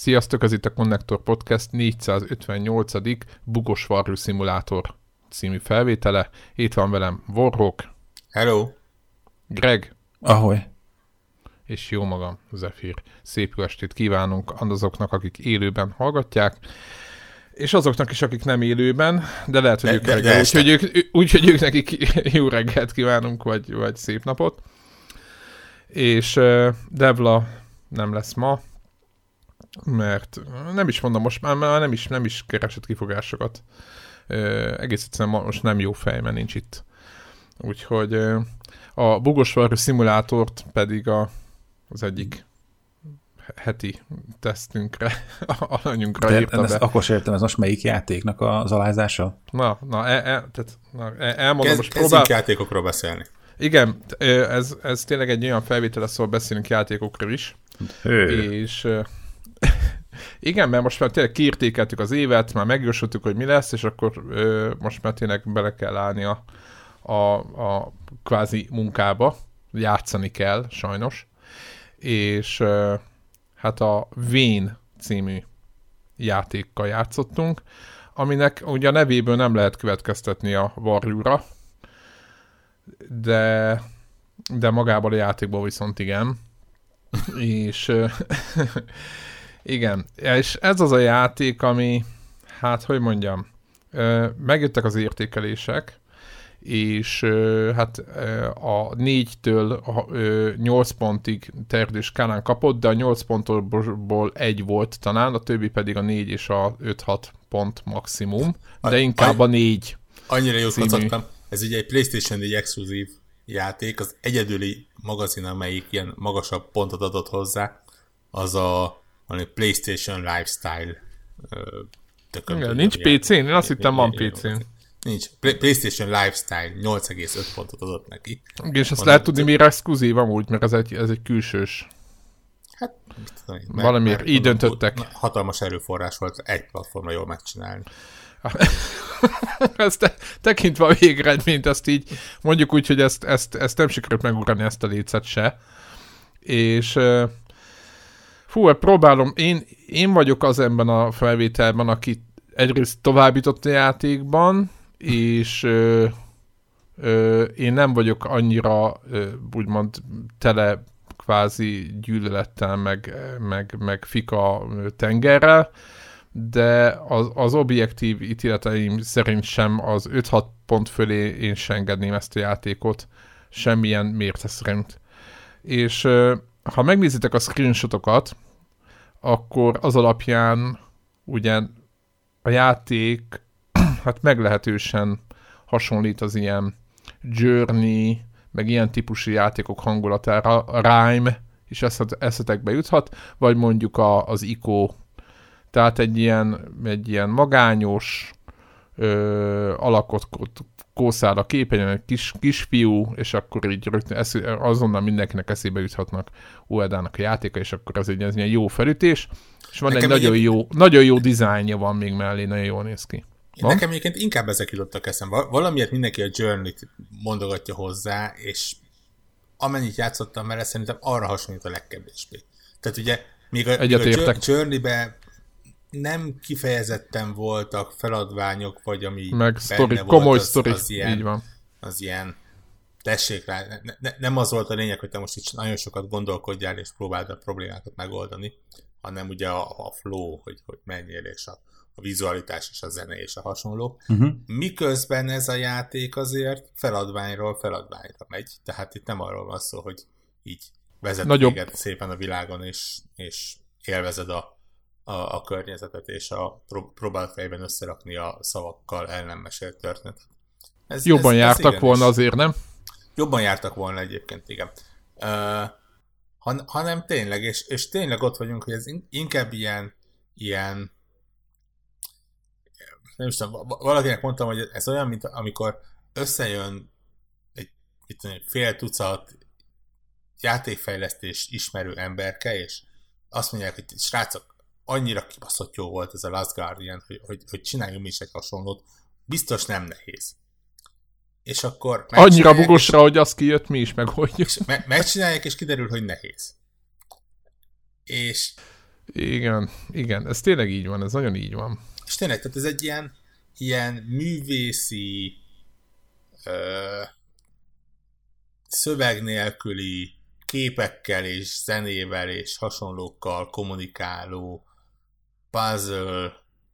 Sziasztok, ez itt a Connector Podcast 458. Bugos varjú szimulátor című felvétele. Itt van velem Warhawk. Hello. Greg. Ahoy. És jó magam, Zephyr. Szép jó estét kívánunk azoknak, akik élőben hallgatják, és azoknak is, akik nem élőben, de lehet, hogy ők reggel, úgyhogy ők nekik jó reggelt kívánunk, vagy szép napot. És Devla nem lesz ma, mert nem is mondom, most már nem is keresett kifogásokat. Egész egyszerűen most nem jó fej, mert nincs itt. Úgyhogy a bugos varjú szimulátort pedig az egyik heti tesztünkre, alanyunkra írta be. Akkor sem értem, ez most melyik játéknak az alázása? Elmondom, most kezdjünk játékokról beszélni. Igen, ez tényleg egy olyan felvétel, szóval beszélünk játékokról is. És igen, mert most már tényleg kiértékeltük az évet, már megjósoltuk, hogy mi lesz, és akkor most már tényleg bele kell állni a kvázi munkába. Játszani kell, sajnos. És hát a Vén című játékkal játszottunk, aminek ugye a nevéből nem lehet következtetni a varjúra, de magából a játékból viszont igen. És igen, és ez az a játék, ami, hát hogy mondjam, megjöttek az értékelések, és hát a 4-től 8 pontig terjedő skálán kapott, de a 8 pontból 1 volt talán, a többi pedig a 4 és a 5-6 pont maximum, de inkább a 4. Annyira jót kacagtam, ez ugye egy PlayStation 4 exkluzív játék, az egyedüli magazin, amelyik ilyen magasabb pontot adott hozzá, az a PlayStation Lifestyle. Nincs PC-n? Én azt hittem van PC-n. Nincs. PlayStation Lifestyle 8,5 pontot adott neki. És ezt lehet tudni, miért exkluzív amúgy, mert ez egy külsős. Hát, valamiért így döntöttek. Hatalmas erőforrás volt egy platformra jól megcsinálni. Ezt tekintve a végeredményt, ezt így mondjuk úgy, hogy ezt nem sikerült megugrani, ezt a lécet se. És próbálom, én vagyok az ebben a felvételben, aki egyrészt továbbított a játékban, és én nem vagyok annyira úgymond tele kvázi gyűlölettel, meg fika tengerrel, de az objektív ítéleteim szerint sem az 5-6 pont fölé én sem engedném ezt a játékot, semmilyen mérce szerint. És ha megnézitek a screenshotokat, akkor az alapján ugye a játék hát meglehetősen hasonlít az ilyen Journey, meg ilyen típusú játékok hangulatára, a Rime is eszetekbe juthat, vagy mondjuk az ICO. Tehát egy ilyen magányos alakot kószál a képen, egy kisfiú, és akkor így rögtön azonnal mindenkinek eszébe juthatnak Uedának a játéka, és akkor ez egy ilyen jó felütés, és van nekem egy nagyon jó dizájnja van még mellé, nagyon jól néz ki. Nekem egyébként inkább ezek jutottak eszembe. Valamiért mindenki a Journey-t mondogatja hozzá, és amennyit játszottam vele, szerintem arra hasonlít a legkevésbé. Tehát ugye még a Journey-be nem kifejezetten voltak feladványok, vagy ami meg benne komoly sztori, így van. Az ilyen tessék rá, nem az volt a lényeg, hogy te most itt nagyon sokat gondolkodjál, és próbáld a problémákat megoldani, hanem ugye a flow, hogy menjél, és a vizualitás, és a zene, és a hasonlók. Miközben ez a játék azért feladványról feladványra megy, tehát itt nem arról van szó, hogy így vezetnéget szépen a világon, és élvezed a környezetet, és próbál fejben összerakni a szavakkal el nem mesélt történetet. Jobban jártak volna azért, nem? Jobban jártak volna egyébként, igen. Hanem tényleg, és tényleg ott vagyunk, hogy ez inkább ilyen nem is tudom, valakinek mondtam, hogy ez olyan, mint amikor összejön egy fél tucat játékfejlesztés ismerő emberke, és azt mondják, hogy srácok, annyira kibaszott jó volt ez a Last Guardian, hogy csináljunk mi is egy hasonlót. Biztos nem nehéz. És akkor annyira bugosra, hogy az kijött, mi is megoldjuk. Megcsinálják, és kiderül, hogy nehéz. És Igen, ez tényleg így van, ez nagyon így van. És tényleg, tehát ez egy ilyen művészi szöveg nélküli képekkel és zenével és hasonlókkal kommunikáló puzzle,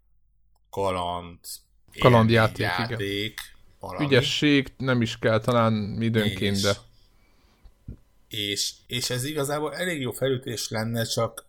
kalandjáték, játék, valami. Ügyesség nem is kell talán időnként, de... És ez igazából elég jó felütés lenne, csak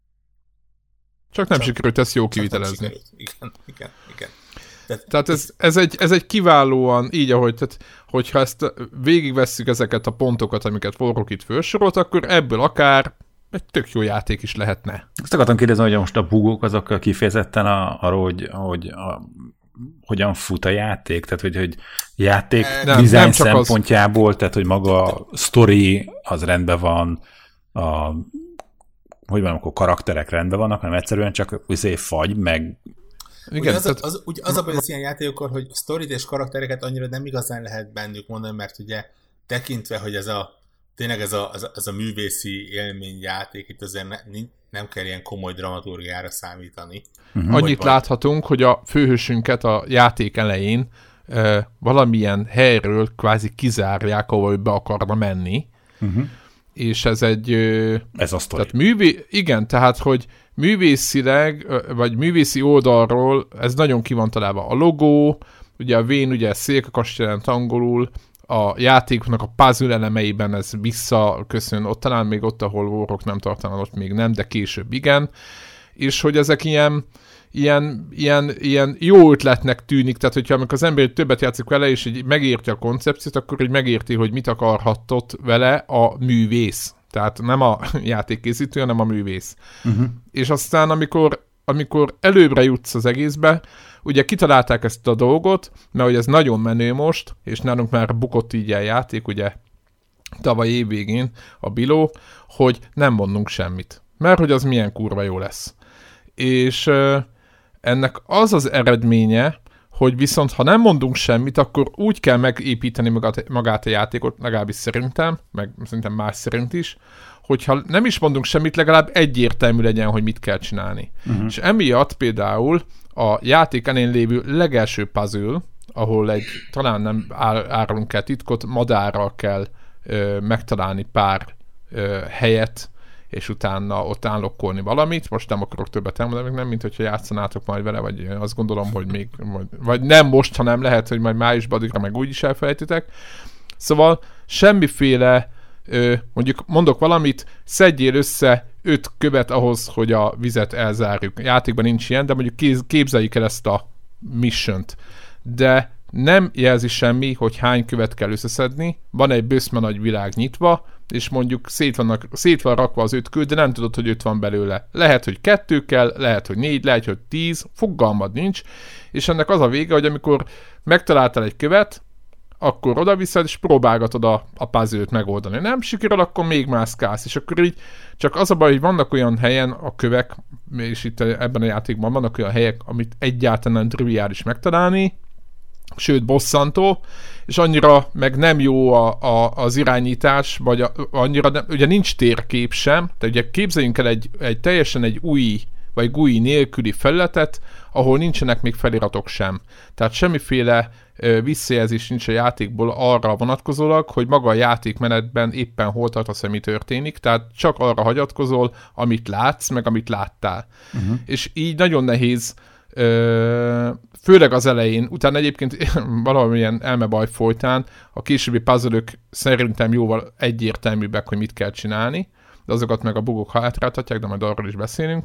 nem sikerült ezt jó kivitelezni. Igen. Tehát ez egy kiválóan, így ahogy, tehát, hogyha ezt végigvesszük ezeket a pontokat, amiket Warrock itt felsorolt, akkor ebből akár egy tök jó játék is lehetne. Azt akartam kérdezni, hogy most a bugok azok kifejezetten arról, hogy hogyan fut a játék, tehát hogy játék design szempontjából, tehát hogy maga a sztori az rendben van, hogy van, akkor karakterek rendben vannak, hanem egyszerűen csak fagy, meg... Igen, ugye az a baj az ilyen játékokkal, hogy sztorit és karaktereket annyira nem igazán lehet bennük mondani, mert ugye tekintve, hogy tényleg ez a művészi élményjáték, itt azért nem kell ilyen komoly dramaturgiára számítani. Annyit láthatunk, hogy a főhősünket a játék elején valamilyen helyről kvázi kizárják, ahol be akarna menni. És ez egy... ez a sztori. Tehát tehát, hogy művészileg, vagy művészi oldalról ez nagyon ki van találva. A logó, ugye a vén, ugye szélkakast jelent angolul, a játéknak a puzzle elemeiben ez visszaköszön, ott talán még ott, ahol Warrock nem tartaná, ott még nem, de később igen. És hogy ezek ilyen jó ötletnek tűnik, tehát hogyha amikor az ember többet játszik vele, és így megérti a koncepciót, akkor így megérti, hogy mit akarhatott vele a művész. Tehát nem a játékkészítő, hanem a művész. És aztán, amikor előbbre jutsz az egészbe, ugye kitalálták ezt a dolgot, mert hogy ez nagyon menő most, és nálunk már bukott így el játék, ugye tavaly évvégén a Biló, hogy nem mondunk semmit. Mert hogy az milyen kurva jó lesz. És ennek az az eredménye, hogy viszont ha nem mondunk semmit, akkor úgy kell megépíteni magát a játékot, legalábbis szerintem, meg szerintem más szerint is, hogyha nem is mondunk semmit, legalább egyértelmű legyen, hogy mit kell csinálni. És emiatt például a játék elén lévő legelső puzzle, ahol talán nem árulunk el titkot, madárral kell megtalálni pár helyet, és utána ott unlockolni valamit. Most nem akarok többet elmondani, nem, mint hogyha játszanátok majd vele, vagy azt gondolom, hogy még, vagy nem most, hanem lehet, hogy majd májusban addigra meg úgyis elfelejtitek. Szóval semmiféle, mondjuk mondok valamit, szedjél össze 5 követ ahhoz, hogy a vizet elzárjuk. A játékban nincs ilyen, de mondjuk képzeljük el ezt a missiont. De nem jelzi semmi, hogy hány követ kell összeszedni, van egy böszme nagy világ nyitva, és mondjuk szét van rakva az 5 kő, de nem tudod, hogy 5 van belőle. Lehet, hogy 2 kell, lehet, hogy 4, lehet, hogy 10, fogalmad nincs, és ennek az a vége, hogy amikor megtaláltál egy követ, akkor oda-vissza, és próbálgatod a puzzle-t megoldani. Nem sikerül, akkor még mászkálsz, és akkor így csak az a baj, hogy vannak olyan helyen a kövek, és itt ebben a játékban vannak olyan helyek, amit egyáltalán nem triviális megtalálni, sőt bosszantó, és annyira meg nem jó az irányítás, vagy annyira nem, ugye nincs térkép sem, de ugye képzeljünk el egy teljesen egy új vagy GUI nélküli felületet, ahol nincsenek még feliratok sem. Tehát semmiféle visszajelzés nincs a játékból arra vonatkozólag, hogy maga a játékmenetben éppen hol tartasz, hogy mi történik, tehát csak arra hagyatkozol, amit látsz, meg amit láttál. És így nagyon nehéz, főleg az elején, utána egyébként valamilyen elmebaj folytán a későbbi puzzle-ök szerintem jóval egyértelműbbek, hogy mit kell csinálni, de azokat meg a bugok hátráltatják, de majd arról is beszélünk,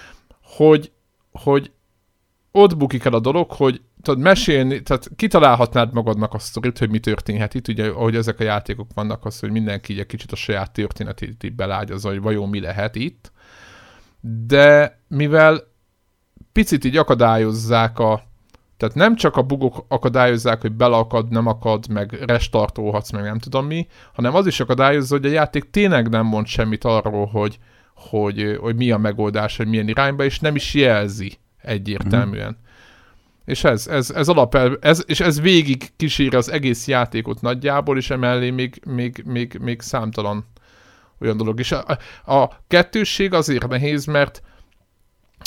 hogy ott bukik el a dolog, hogy tudod mesélni, tehát kitalálhatnád magadnak a sztorit, hogy mi történhet itt, ugye, ahogy ezek a játékok vannak, az, hogy mindenki így egy kicsit a saját történetét így belágyazza, hogy vajon mi lehet itt, de mivel picit így akadályozzák tehát nem csak a bugok akadályozzák, hogy belakad, nem akad, meg restartolhatsz, meg nem tudom mi, hanem az is akadályozza, hogy a játék tényleg nem mond semmit arról, hogy mi a megoldás, hogy milyen irányba, és nem is jelzi egyértelműen. És ez végig kíséri az egész játékot nagyjából, és emellé még számtalan olyan dolog. És a kettősség azért nehéz, mert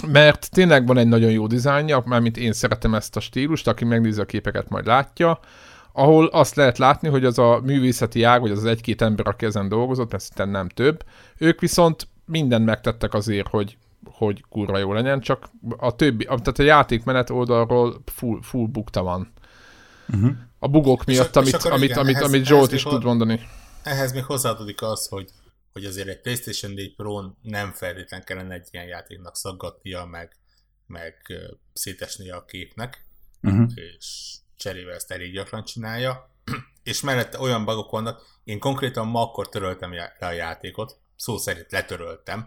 mert tényleg van egy nagyon jó dizájnja, mármint én szeretem ezt a stílust, aki megnézi a képeket, majd látja, ahol azt lehet látni, hogy az a művészeti ág, vagy az egy-két ember, aki ezen dolgozott, mert szerintem nem több, ők viszont mindent megtettek azért, hogy kurva jó legyen, csak a többi, tehát a játékmenet oldalról full bukta van. Uh-huh. A bugok miatt, amit Zsolt is tud mondani. Ehhez még hozzáadódik az, hogy azért egy PlayStation 4 Pro-n nem feltétlenül kellene egy ilyen játéknak szaggatnia, meg szétesnie a képnek, és cserébe ezt elég gyakran csinálja, és mellette olyan bugok vannak, én konkrétan ma akkor töröltem le a játékot, szó szerint letöröltem,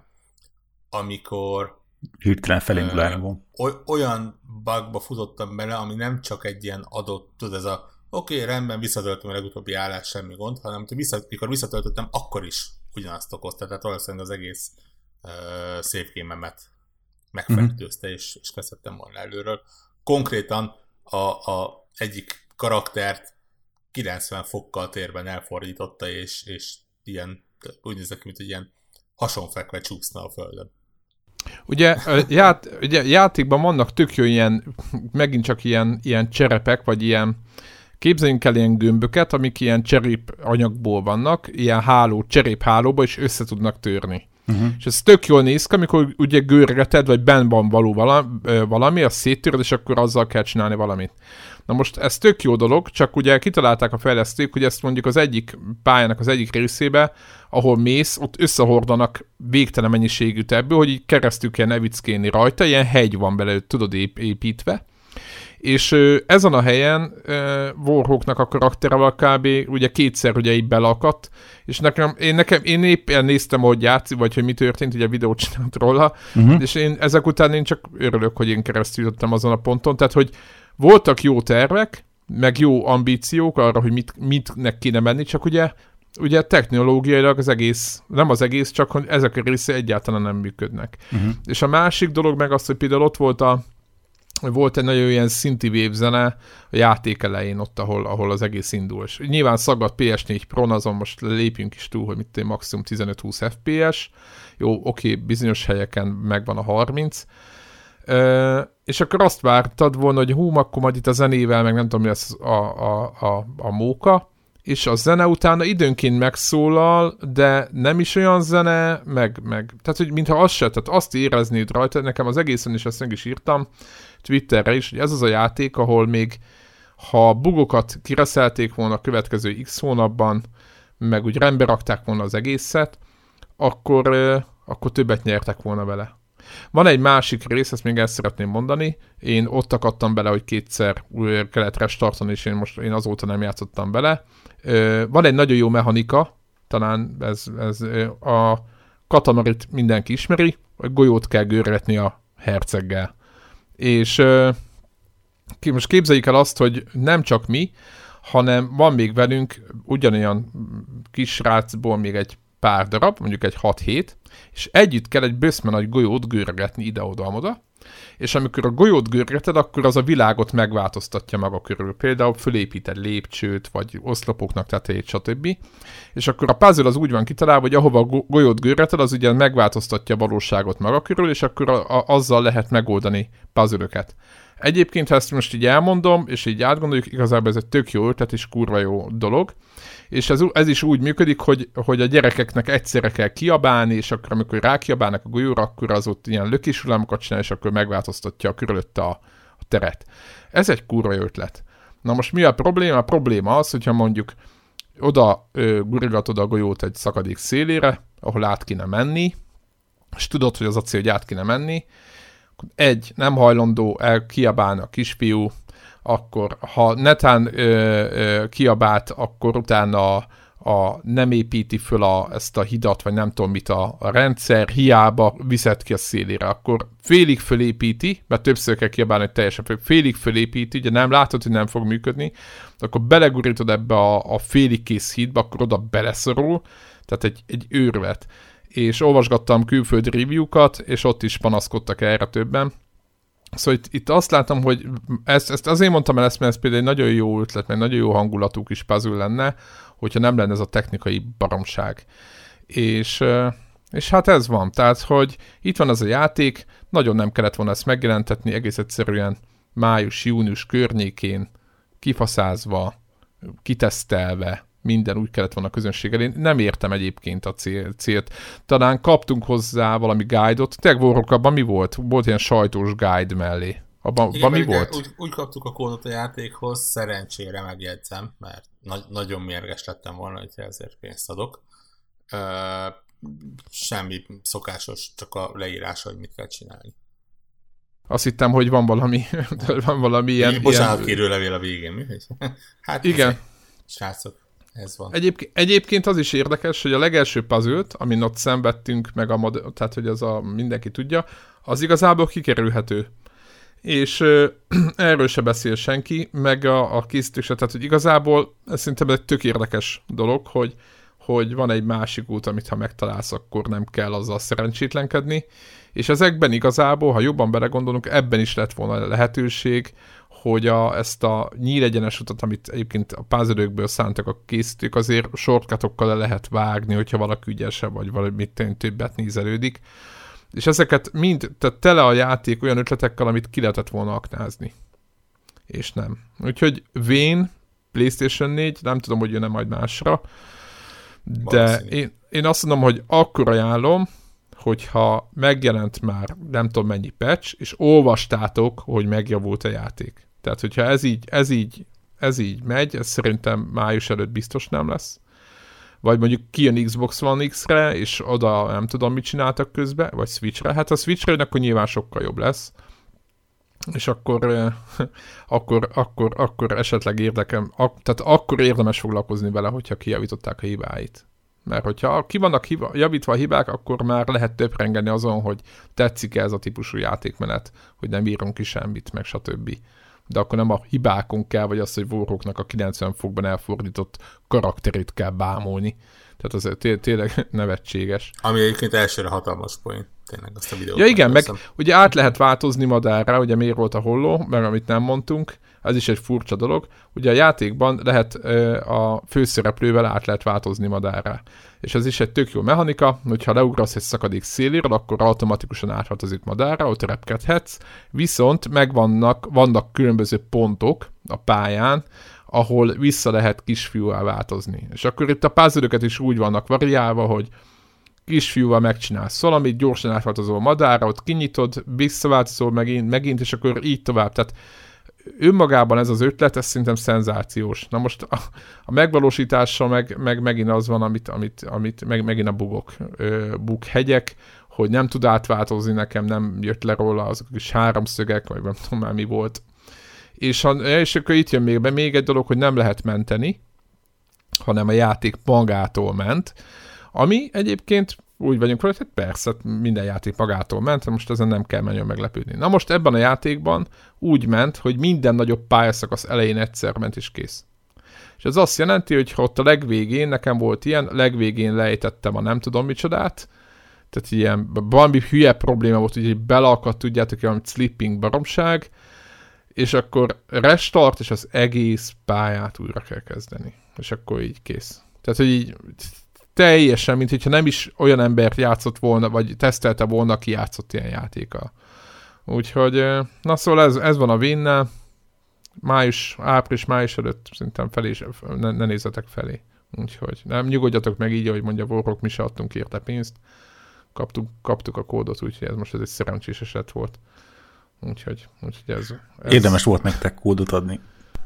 amikor hirtelen felindulásban olyan bugba futottam bele, ami nem csak egy ilyen adott, tudod, ez a oké, rendben, visszatöltöm a legutóbbi állás, semmi gond, hanem mikor visszatöltöttem, akkor is ugyanazt okozta, tehát valószínűleg az egész save game-emet megfertőzte, és veszettem volna előről. Konkrétan a egyik karaktert 90 fokkal térben elfordította, és ilyen, úgy nézett ki, mint egy ilyen hasonfekve csúszna a földön. Ugye játékban vannak tök jó ilyen, megint csak ilyen cserepek, vagy ilyen, képzeljünk el ilyen gömböket, amik ilyen cserép anyagból vannak, ilyen cseréphálóba, és össze tudnak törni. Uh-huh. És ez tök jól néz ki, amikor ugye görgeted, vagy benn van valami, azt széttöröd, és akkor azzal kell csinálni valamit. Na most ez tök jó dolog, csak ugye kitalálták a fejlesztők, hogy ezt mondjuk az egyik pályának az egyik részébe, ahol mész, ott összehordanak végtelen mennyiségűt ebből, hogy így keresztül kell nevickéni rajta, ilyen hegy van bele, tudod, építve. És ezen a helyen Warhawknak a karakterával kb. Ugye kétszer ugye így belakadt, és én éppen néztem, hogy játszik, vagy hogy mi történt, ugye videót csinált róla, és ezek után én csak örülök, hogy én keresztül jutottam azon a ponton, tehát hogy voltak jó tervek, meg jó ambíciók arra, hogy mitnek kéne menni, csak ugye technológiailag az egész, nem az egész, csak hogy ezek a része egyáltalán nem működnek. És a másik dolog meg az, hogy például ott volt egy nagyon ilyen synthwave zene a játék elején ott, ahol az egész indul. És nyilván szaggat PS4 Pro-n, azon most lépjünk is túl, hogy maximum 15-20 FPS. Jó, oké, bizonyos helyeken megvan a 30. És akkor azt vártad volna, hogy akkor majd itt a zenével, meg nem tudom, mi lesz a móka, és a zene utána időnként megszólal, de nem is olyan zene, meg tehát, hogy mintha az se, tehát azt éreznéd rajta, nekem az egészen is ezt meg is írtam Twitterre is, hogy ez az a játék, ahol még ha bugokat kireszelték volna a következő X hónapban, meg úgy rendbe rakták volna az egészet, akkor többet nyertek volna vele. Van egy másik rész, ezt még el szeretném mondani, én ott akadtam bele, hogy kétszer újra kellett restartolni, és én azóta nem játszottam bele. Van egy nagyon jó mechanika, talán ez a katamarit mindenki ismeri, a golyót kell görgetni a herceggel. És most képzeljük el azt, hogy nem csak mi, hanem van még velünk ugyanolyan kisrácból még egy pár darab, mondjuk egy 6-7, és együtt kell egy böszme nagy golyót görgetni ide-oda-oda, és amikor a golyót görgeted, akkor az a világot megváltoztatja maga körül. Például fölépít egy lépcsőt, vagy oszlopoknak tetejét, stb. És akkor a puzzle az úgy van kitalálva, hogy ahova a golyót görgeted, az ugye megváltoztatja a valóságot maga körül, és akkor azzal lehet megoldani puzzle-öket. Egyébként, ha ezt most így elmondom, és így átgondoljuk, igazából ez egy tök jó ötlet és kurva jó dolog, és ez is úgy működik, hogy a gyerekeknek egyszerre kell kiabálni, és akkor amikor rákiabálnak a golyóra, akkor az ott ilyen lökéshullámokat csinál, és akkor megváltoztatja a körülötte a teret. Ez egy kurva jó ötlet. Na most mi a probléma? A probléma az, hogyha mondjuk gurillatod a golyót egy szakadék szélére, ahol át kéne menni, és tudod, hogy az a cél, hogy át kéne menni, nem hajlandó kiabálni a kisfiú, akkor ha netán kiabált, akkor utána nem építi föl ezt a hidat, vagy nem tudom mit a rendszer, hiába viszed ki a szélére, akkor félig fölépíti, mert többször kell kiabálni, hogy teljesen félig fölépíti, ugye nem látod, hogy nem fog működni, akkor belegurítod ebbe a félig kész hídba, akkor oda beleszorul, tehát egy őrület. És olvasgattam külföldi review-kat, és ott is panaszkodtak erre többen. Szóval itt azt látom, hogy ezt azért mondtam el, mert ez például egy nagyon jó ötlet, mert nagyon jó hangulatú kis puzzle lenne, hogyha nem lenne ez a technikai baromság. És És hát ez van. Tehát, hogy itt van az a játék, nagyon nem kellett volna ezt megjelentetni, egész egyszerűen május-június környékén kifaszázva, kitesztelve, minden úgy kellett volna a közönséggel. Én nem értem egyébként a célt. Talán kaptunk hozzá valami guide-ot. Tényleg abban mi volt? Volt ilyen sajtós guide mellé. Abban mi volt? Úgy kaptuk a kódot a játékhoz, szerencsére megjegyzem, mert nagyon mérges lettem volna, hogyha ezért pénzt adok. Semmi szokásos, csak a leírása, hogy mit kell csinálni. Azt hittem, hogy van valami ilyen... Bocsánat, kérőlevél a végén, mi? Hát igen. Srácok, ez van. Egyébként az is érdekes, hogy a legelső puzzle-t, amin ott szenvedtünk, meg tehát hogy az mindenki tudja, az igazából kikerülhető. És erről se beszél senki, meg a készítők se, tehát hogy igazából ez szerintem egy tök érdekes dolog, hogy van egy másik út, amit ha megtalálsz, akkor nem kell azzal szerencsétlenkedni, és ezekben igazából, ha jobban belegondolunk, ebben is lett volna lehetőség, hogy ezt a nyílegyenes utat, amit egyébként a puzzle-ökből szántak a készítők, azért shortcutokkal le lehet vágni, hogyha valaki ügyesebb, vagy valamit többet nézelődik. És ezeket mind, tehát tele a játék olyan ötletekkel, amit ki lehetett volna aknázni. És nem. Úgyhogy Vén, PlayStation 4, nem tudom, hogy jön-e majd másra, de én azt mondom, hogy akkor ajánlom, hogyha megjelent már nem tudom mennyi patch, és olvastátok, hogy megjavult a játék. Tehát, hogyha ez így megy, ez szerintem május előtt biztos nem lesz. Vagy mondjuk kijön Xbox One X-re, és oda nem tudom, mit csináltak közben, vagy Switch-re. Hát a Switch-re akkor nyilván sokkal jobb lesz. És akkor esetleg tehát akkor érdemes foglalkozni vele, hogyha kijavították a hibáit. Mert hogyha ki vannak javítva a hibák, akkor már lehet töprengeni azon, hogy tetszik ez a típusú játékmenet, hogy nem írunk ki semmit, meg stb. De akkor nem a hibákon kell, vagy az, hogy Warhawknak a 90 fokban elfordított karakterét kell bámulni. Tehát az tényleg nevetséges. Ami egyébként elsőre hatalmas point. Tényleg azt a videót. Ja igen, meg ugye át lehet változni madárra, ugye miért volt a holló, meg amit nem mondtunk, ez is egy furcsa dolog. Ugye a játékban lehet a főszereplővel át lehet változni madárra. És ez is egy tök jó mechanika, hogyha leugrasz egy szakadék széléről, akkor automatikusan átváltozik madárra, ott repkedhetsz, viszont vannak különböző pontok a pályán, ahol vissza lehet kisfiúvá változni. És akkor itt a puzzle-öket is úgy vannak variálva, hogy kisfiúval megcsinálsz valamit, gyorsan átváltozol madárra, ott kinyitod, visszaváltozol megint, és akkor így tovább. Tehát önmagában ez az ötlet, ez szerintem szenzációs. Na most a megvalósítása meg megint az van, amit megint a bug hegyek, hogy nem tud átváltozni, nekem nem jött le róla azok is háromszögek, vagy nem tudom már mi volt. És akkor itt jön még egy dolog, hogy nem lehet menteni, hanem a játék magától ment, ami egyébként úgy vagyunk vele, hogy persze, minden játék magától ment, most ezen nem kell nagyon meglepődni. Na most ebben a játékban úgy ment, hogy minden nagyobb pályaszakasz elején egyszer ment és kész. És ez azt jelenti, hogy ha ott a legvégén, nekem volt ilyen, legvégén lejtettem a nem tudom micsodát, tehát ilyen valami hülye probléma volt, hogy beleakadt, tudjátok, valami slipping baromság, és akkor restart, és az egész pályát újra kell kezdeni. És akkor így kész. Tehát, hogy így teljesen, mint hogyha nem is olyan embert játszott volna, vagy tesztelte volna, aki játszott ilyen játékkal. Úgyhogy, na szóval ez van a Vénnel. Április-május előtt szerintem felé, ne nézzetek felé. Úgyhogy nem nyugodjatok meg így, ahogy mondja Warhawk, mi se adtunk érte pénzt. Kaptuk a kódot, úgyhogy ez most egy szerencsés eset volt. Úgyhogy ez... Érdemes volt nektek kódot adni.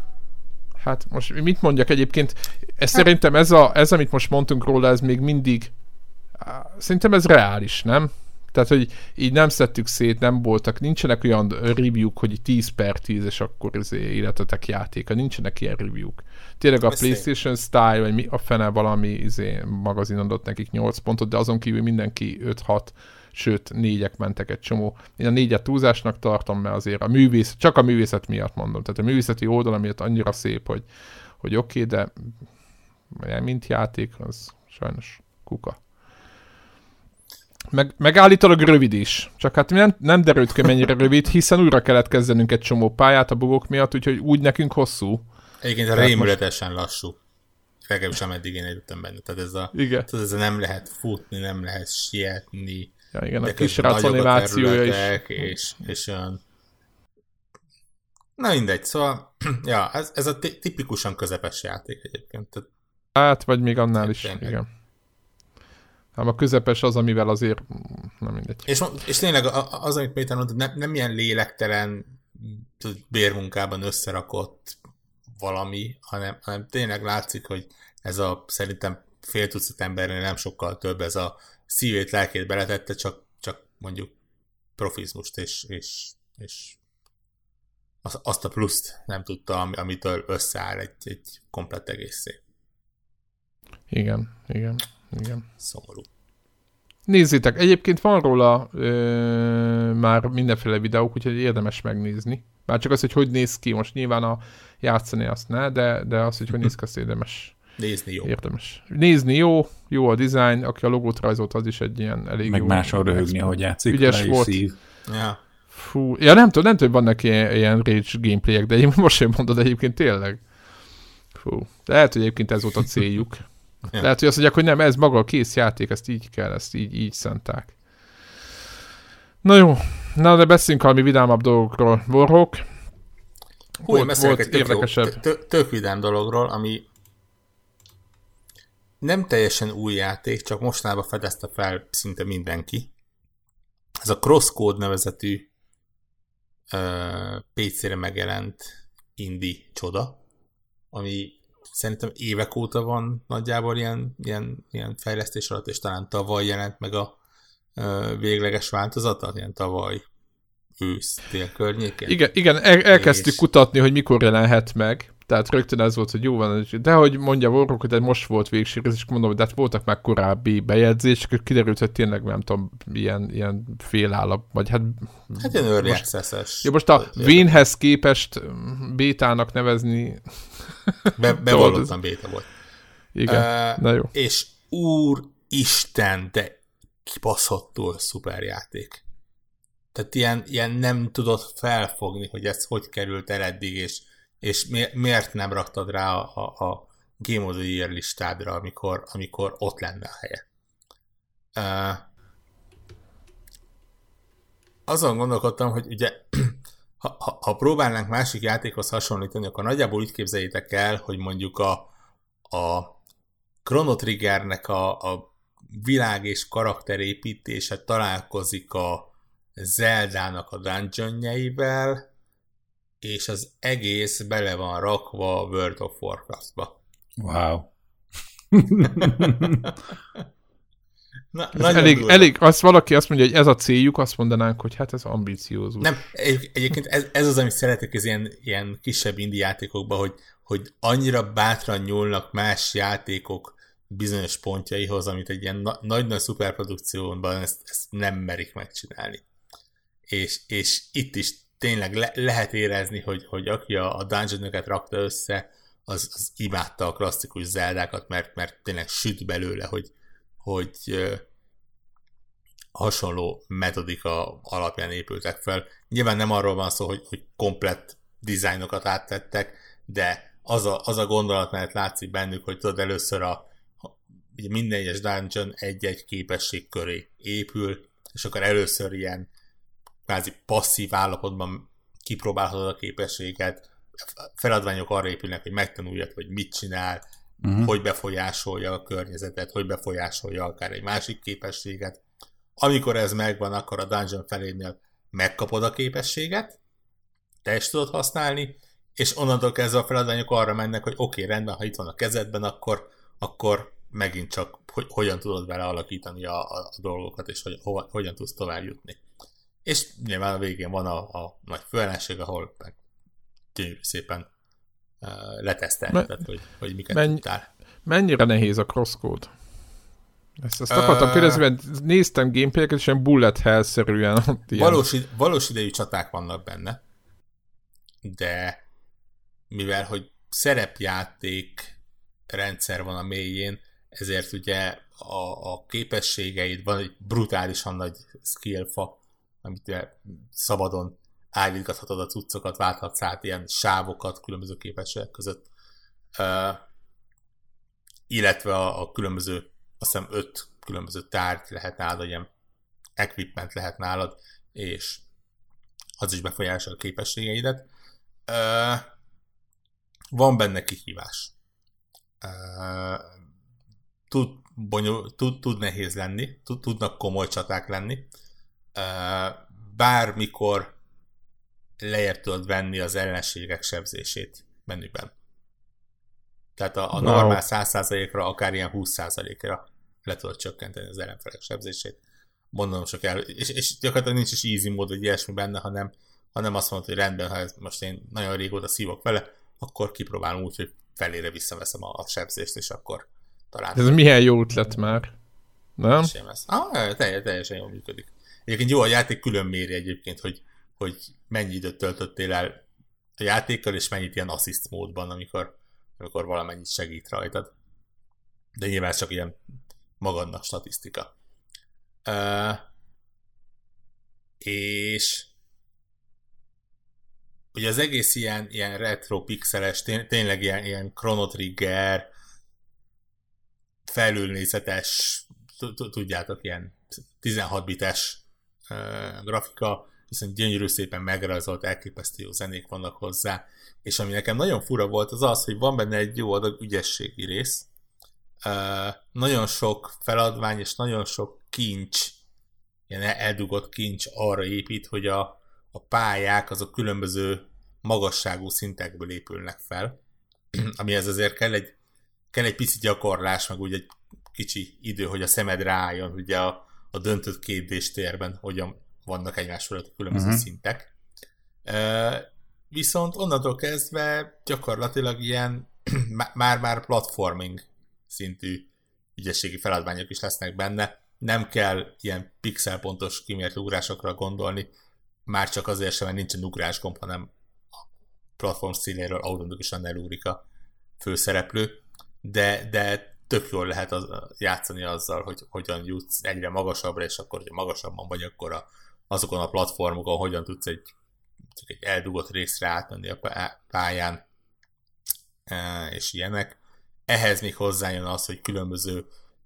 Hát most mit mondjak egyébként? Szerintem ez, amit most mondtunk róla, ez még mindig... Szerintem ez reális, nem? Tehát, hogy így nem szedtük szét, nem voltak, nincsenek olyan review-k, hogy 10/10, és akkor életetek játéka. Nincsenek ilyen review-k. Tényleg a PlayStation Style, vagy a fene valami magazin adott nekik 8 pontot, de azon kívül mindenki 5-6, sőt 4-ek mentek egy csomó. Én a 4-et túlzásnak tartom, mert azért csak a művészet miatt mondom. Tehát a művészeti oldala miatt annyira szép, hogy oké, de mint játék, az sajnos kuka. Meg állítólag rövid is. Csak hát nem derült ki mennyire rövid, hiszen újra kellett kezdenünk egy csomó pályát a bugok miatt, úgyhogy úgy nekünk hosszú. Egyébként rémületesen lassú. legalábbis ameddig én eljutottam benne. Tehát ez a nem lehet futni, nem lehet sietni. Ja, igen, a kisrác animációja is. És olyan... Na mindegy, szóval ja, ez a tipikusan közepes játék egyébként. Tehát... Hát, vagy még annál is, igen. A közepes az, amivel azért nem mindegy. És tényleg az, amit Péter mondta, nem ilyen lélektelen bérmunkában összerakott valami, hanem tényleg látszik, hogy ez a szerintem fél tucat embernél nem sokkal több, ez a szívét, lelkét beletette, csak mondjuk profizmust és azt a pluszt nem tudta, amitől összeáll egy komplett egészé. Igen. Szomorú. Nézzétek, egyébként van róla már mindenféle videók, úgyhogy érdemes megnézni. Már csak az, hogy néz ki, most nyilván a játszani azt ne, de az, hogy néz ki, azt érdemes. Nézni jó. Érdemes. Nézni jó a design, aki a logót rajzolt, az is egy ilyen elég meg jó. Meg máson röhögni, hogy játszik. Ügyes volt. Szív. Ja. Fú, ja nem tudom, hogy vannak ilyen rage gameplayek, de én most sem mondod egyébként tényleg. Fú, de lehet, hogy egyébként ez volt a céljuk. Ja. Lehet, hogy azt mondják, hogy nem, ez maga a kész játék, ezt így kell, ezt így szánták. Na jó, de beszéljünk valami vidámabb dolgokról. Warhawk. Volt érdekesebb. Tök vidám dologról, ami nem teljesen új játék, csak mostanában fedezte fel szinte mindenki. Ez a CrossCode nevezetű PC-re megjelent indie csoda, ami szerintem évek óta van nagyjából ilyen fejlesztés alatt, és talán tavaly jelent meg a végleges változata, ilyen tavaly ősz-tél környékén. Igen, elkezdtük kutatni, hogy mikor jelenhet meg. Tehát rögtön ez volt, hogy jó van, de hogy mondja Warhawk, hogy most volt végsérülés, és mondom, hogy de hát voltak már korábbi bejegyzések, kiderült, hogy tényleg nem tudom, ilyen félállap, vagy hát ilyen early access-es. Ja, most a Wayne-hez képest bétának nevezni... Bevallottan béta volt. Igen, na jó. És úristen, de kibaszottul szuper játék. Tehát ilyen nem tudod felfogni, hogy ez hogy került el eddig, és miért nem raktad rá a Game of the Year listádra, amikor ott lenne a helye. Azon gondolkodtam, hogy ugye ha próbálnánk másik játékhoz hasonlítani, akkor nagyjából úgy képzeljétek el, hogy mondjuk a Chrono Triggernek a világ és karakterépítése találkozik a Zeldának a dungeonjeivel, és az egész bele van rakva a World of Warcraft-ba. Wow. elég, azt valaki azt mondja, hogy ez a céljuk, azt mondanánk, hogy hát ez ambiciózus. Nem, egyébként ez az, amit szeretek az ilyen kisebb indie játékokban, hogy annyira bátran nyúlnak más játékok bizonyos pontjaihoz, amit egy ilyen nagy-nagy szuperprodukcióban ezt nem merik megcsinálni. És itt is tényleg lehet érezni, hogy aki a dungeon-öket rakta össze, az imádta a klasszikus Zeldákat, mert tényleg süt belőle, hogy hasonló metodika alapján épültek fel. Nyilván nem arról van szó, hogy komplett dizájnokat áttettek, de az a gondolat, mert látszik bennük, hogy tudod, először ugye minden egyes dungeon egy-egy képesség köré épül, és akkor először ilyen kvázi passzív állapotban kipróbálhatod a képességet, feladványok arra épülnek, hogy megtanuljad, hogy mit csinál, hogy befolyásolja a környezetet, hogy befolyásolja akár egy másik képességet. Amikor ez megvan, akkor a dungeon felénél megkapod a képességet, te is tudod használni, és onnantól kezdve a feladványok arra mennek, hogy oké, rendben, ha itt van a kezedben, akkor megint csak hogyan tudod vele alakítani a dolgokat, és hogyan tudsz tovább jutni. És nyilván a végén van a nagy főellenség, ahol meg gyönyörű szépen letesztelheted, hogy miket tudtál. Mennyire nehéz a CrossCode? Ezt akartam kérdezni, mert néztem gameplayeket, és ilyen bullet hell-szerűen. Valós idejű csaták vannak benne, de mivel, hogy szerepjáték rendszer van a mélyén, ezért ugye a képességeid, van egy brutálisan nagy skillfa, amit szabadon állítgathatod a cuccokat, válthatsz át ilyen sávokat különböző képességek között. illetve a különböző, azt hiszem 5 különböző tárgy lehet nálad, ilyen equipment lehet nálad, és az is befolyásolja a képességeidet. Van benne kihívás. Tud nehéz lenni, tudnak komoly csaták lenni. Bármikor lejjebb tudod venni az ellenségek sebzését menüben. Tehát a normál 100%-ra, akár ilyen 20%-ra le tudod csökkenteni az ellenfelek sebzését. Mondom csak el, és gyakorlatilag nincs is easy mód, vagy ilyesmi benne, hanem azt mondod, hogy rendben, ha ez most én nagyon régóta szívok vele, akkor kipróbálom úgy, hogy felére visszaveszem a sebzést, és akkor talán... Ez milyen jó ötlet már, nem? Teljesen jól működik. Egyébként jó, a játék külön méri egyébként, hogy mennyi időt töltöttél el a játékkal, és mennyit ilyen assist módban, amikor valamennyit segít rajtad. De nyilván csak ilyen magadnak statisztika. És ugye az egész ilyen retro pixeles, tényleg ilyen Chrono Trigger, felülnézetes, tudjátok, ilyen 16 bites grafika, viszont gyönyörű szépen megrajzolt, elképesztő jó zenék vannak hozzá, és ami nekem nagyon fura volt, az az, hogy van benne egy jó adag ügyességi rész, nagyon sok feladvány és nagyon sok kincs, ilyen eldugott kincs arra épít, hogy a pályák azok különböző magasságú szintekből épülnek fel, amihez azért kell egy pici gyakorlás, meg úgy egy kicsi idő, hogy a szemed rájön, ugye a döntött 2D-s térben hogyan vannak egymás fölött a különböző szintek. Viszont onnantól kezdve gyakorlatilag ilyen már platforming szintű ügyességi feladványok is lesznek benne. Nem kell ilyen pixelpontos kimért ugrásokra gondolni, már csak azért sem, mert nincsen ugrásgomb, hanem a platform színéről automatikusan elugrik a főszereplő, de tök jól lehet játszani azzal, hogy hogyan jutsz egyre magasabbra, és akkor, hogyha magasabban vagy, akkor azokon a platformokon hogyan tudsz egy eldugott részre átmenni a pályán, és ilyenek. Ehhez még hozzájön az, hogy különböző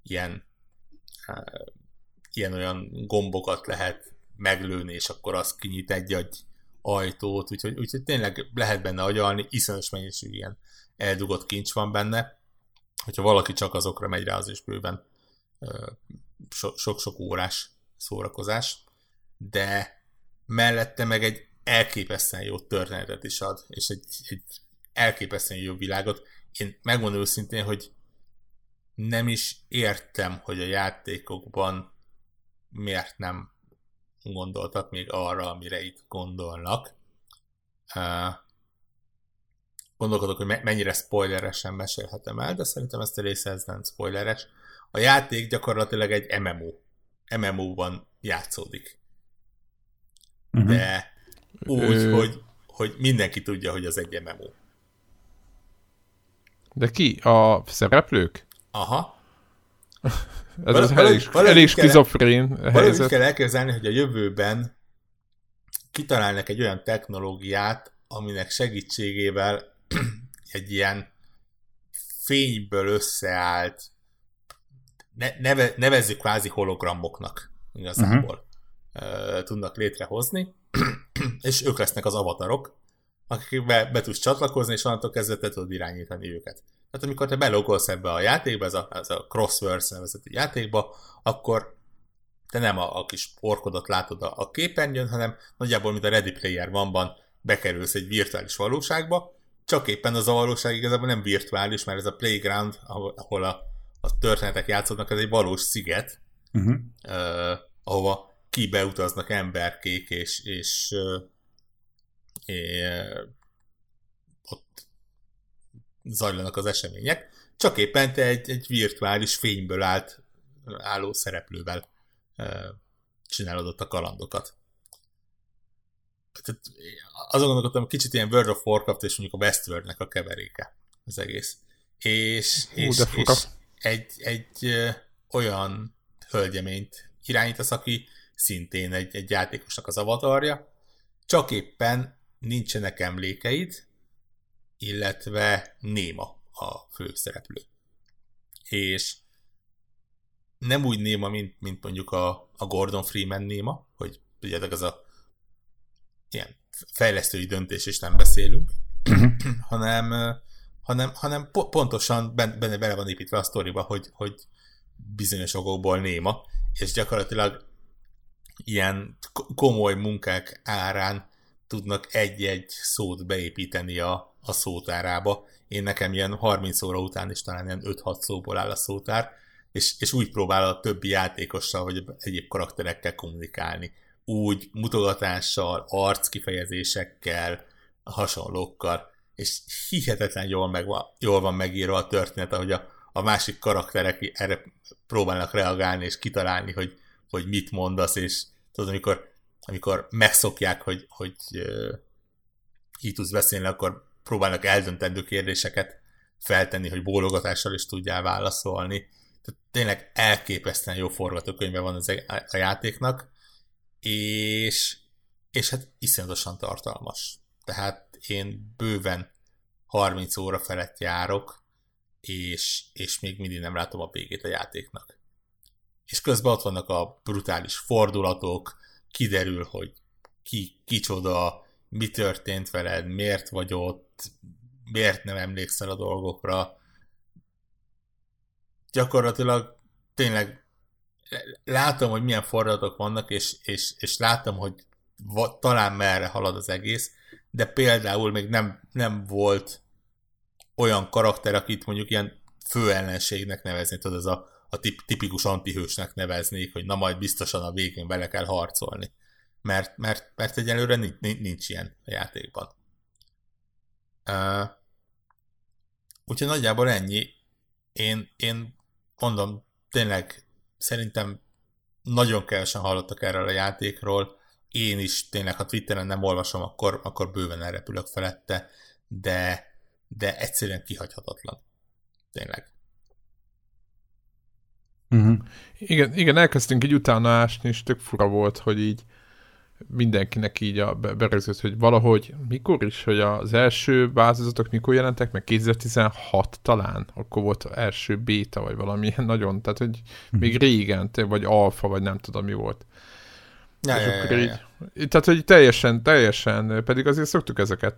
ilyen-olyan gombokat lehet meglőni, és akkor az kinyit egy ajtót, úgyhogy tényleg lehet benne agyalni, iszonyos mennyiségű ilyen eldugott kincs van benne. Hogyha valaki csak azokra megy rá, az is bőven sok-sok órás szórakozás, de mellette meg egy elképesztően jó történetet is ad, és egy elképesztően jó világot. Én megmondom őszintén, hogy nem is értem, hogy a játékokban miért nem gondoltak még arra, amire itt gondolnak. Gondolkodok, hogy mennyire spoileresen mesélhetem el, de szerintem ezt a része ez nem spoileres. A játék gyakorlatilag egy MMO. MMO-ban játszódik. De úgy, hogy mindenki tudja, hogy az egy MMO. De ki? A szereplők? Aha. Ez elég skizofrén helyzet. Valahogy kell elképzelni, hogy a jövőben kitalálnak egy olyan technológiát, aminek segítségével egy ilyen fényből összeállt, nevezzük kvázi hologramoknak igazából tudnak létrehozni, és ők lesznek az avatarok, akikbe be tudsz csatlakozni, és onnantól kezdve te tudod irányítani őket. Tehát amikor te belogolsz ebbe a játékba, ez a Crosswords nevezetű játékba, akkor te nem a kis orkodat látod a képernyőn, hanem nagyjából, mint a Ready Player One-ban bekerülsz egy virtuális valóságba, csak éppen az a valóság igazából nem virtuális, mert ez a playground, ahol a történetek játszódnak, ez egy valós sziget, ahova kibeutaznak emberkék, és ott zajlanak az események. Csak éppen te egy virtuális fényből álló szereplővel csinálod ott a kalandokat. Tehát azon gondolkodtam, kicsit ilyen World of Warcraft és mondjuk a Westworldnek a keveréke az egész. És egy olyan hölgyeményt irányítasz, aki szintén egy játékosnak az avatarja, csak éppen nincsenek emlékeid, illetve néma a főszereplő. és nem úgy néma, mint mondjuk a Gordon Freeman néma, hogy tudjátok, az a ilyen fejlesztői döntés, és nem beszélünk, hanem pontosan bele van építve a sztoriba, hogy bizonyos okokból néma, és gyakorlatilag ilyen komoly munkák árán tudnak egy-egy szót beépíteni a szótárába. Én nekem ilyen 30 óra után is talán ilyen 5-6 szóból áll a szótár, és úgy próbál a többi játékossal, vagy egyéb karakterekkel kommunikálni. Úgy mutogatással, arckifejezésekkel, hasonlókkal, és hihetetlen jól van megírva a történet, ahogy a másik karakterek erre próbálnak reagálni, és kitalálni, hogy mit mondasz, és tudod, amikor megszokják, hogy így tudsz beszélni, akkor próbálnak eldöntendő kérdéseket feltenni, hogy bólogatással is tudjál válaszolni. Tehát tényleg elképesztően jó forgatókönyve van a játéknak, és hát iszonyatosan tartalmas. Tehát én bőven 30 óra felett járok, és még mindig nem látom a végét a játéknak. És közben ott vannak a brutális fordulatok, kiderül, hogy kicsoda, mi történt veled, miért vagy ott, miért nem emlékszel a dolgokra. Gyakorlatilag tényleg látom, hogy milyen fordulatok vannak, és látom, hogy talán merre halad az egész, de például még nem volt olyan karakter, akit mondjuk ilyen főellenségnek nevezni, tudod, ez a tipikus antihősnek neveznék, hogy na majd biztosan a végén vele kell harcolni. Mert egyelőre nincs ilyen a játékban. Úgyhogy nagyjából ennyi. Én mondom, tényleg szerintem nagyon kevesen hallottak erről a játékról. Én is tényleg, ha Twitteren nem olvasom, akkor bőven elrepülök felette, de egyszerűen kihagyhatatlan. Tényleg. Uh-huh. Igen, elkezdtünk így utána ásni, és tök fura volt, hogy így mindenkinek így berögzött, hogy valahogy mikor is, hogy az első változatok mikor jelentek, meg 2016 talán, akkor volt az első béta, vagy valamilyen nagyon, tehát hogy még régen, vagy alfa, vagy nem tudom mi volt. Ja. Tehát, hogy teljesen, pedig azért szoktuk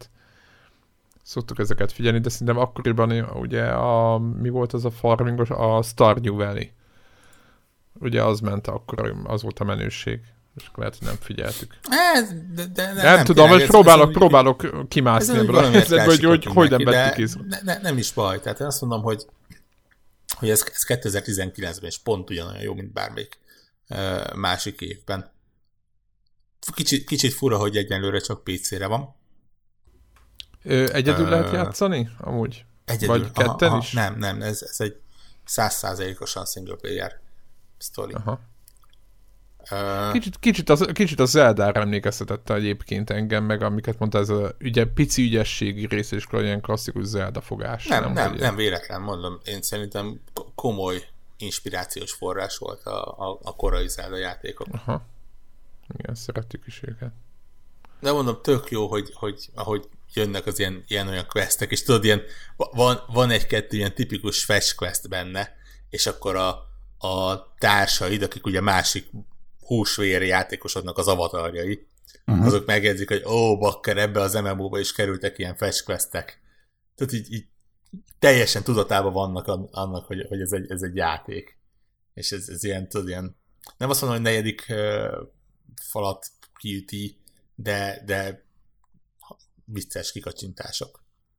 ezeket figyelni, de szerintem akkoriban ugye mi volt az a farmingos, a Stardew Valley. Ugye az ment akkor, az volt a menőség. És lehet, hogy nem figyeltük. Nem tudom, hogy próbálok kimászni ebből a helyzetből, hogy nem vettük észre. Nem is baj. Tehát én azt mondom, hogy ez 2019-ben is pont ugyanolyan jó, mint bármelyik másik évben. Kicsit fura, hogy egyenlőre csak PC-re van. Egyedül lehet játszani? Amúgy? Egyedül. Vagy ketten is? Nem, ez egy 100%-osan single player sztori. Aha. Kicsit a Zeldára emlékeztetette egyébként engem, meg amiket mondta, ez a pici ügyességi rész, és olyan klasszikus Zelda fogás. Nem véletlen, mondom. Én szerintem komoly inspirációs forrás volt a korai Zelda játékok. Aha. Igen, szeretjük is őket. De mondom, tök jó, hogy ahogy jönnek az ilyen-olyan questek, és tudod, van egy-kettő ilyen tipikus fetch quest benne, és akkor a társaid, akik ugye másik húsvéri játékosodnak az avatarjai, azok megjegyzik, hogy bakker, ebbe az MMO-ba is kerültek ilyen fetch questek. Tehát így teljesen tudatában vannak annak, hogy ez egy játék. És ez ilyen, tudod, ilyen, nem azt mondom, hogy negyedik falat kiüti, de vicces kikacsintások.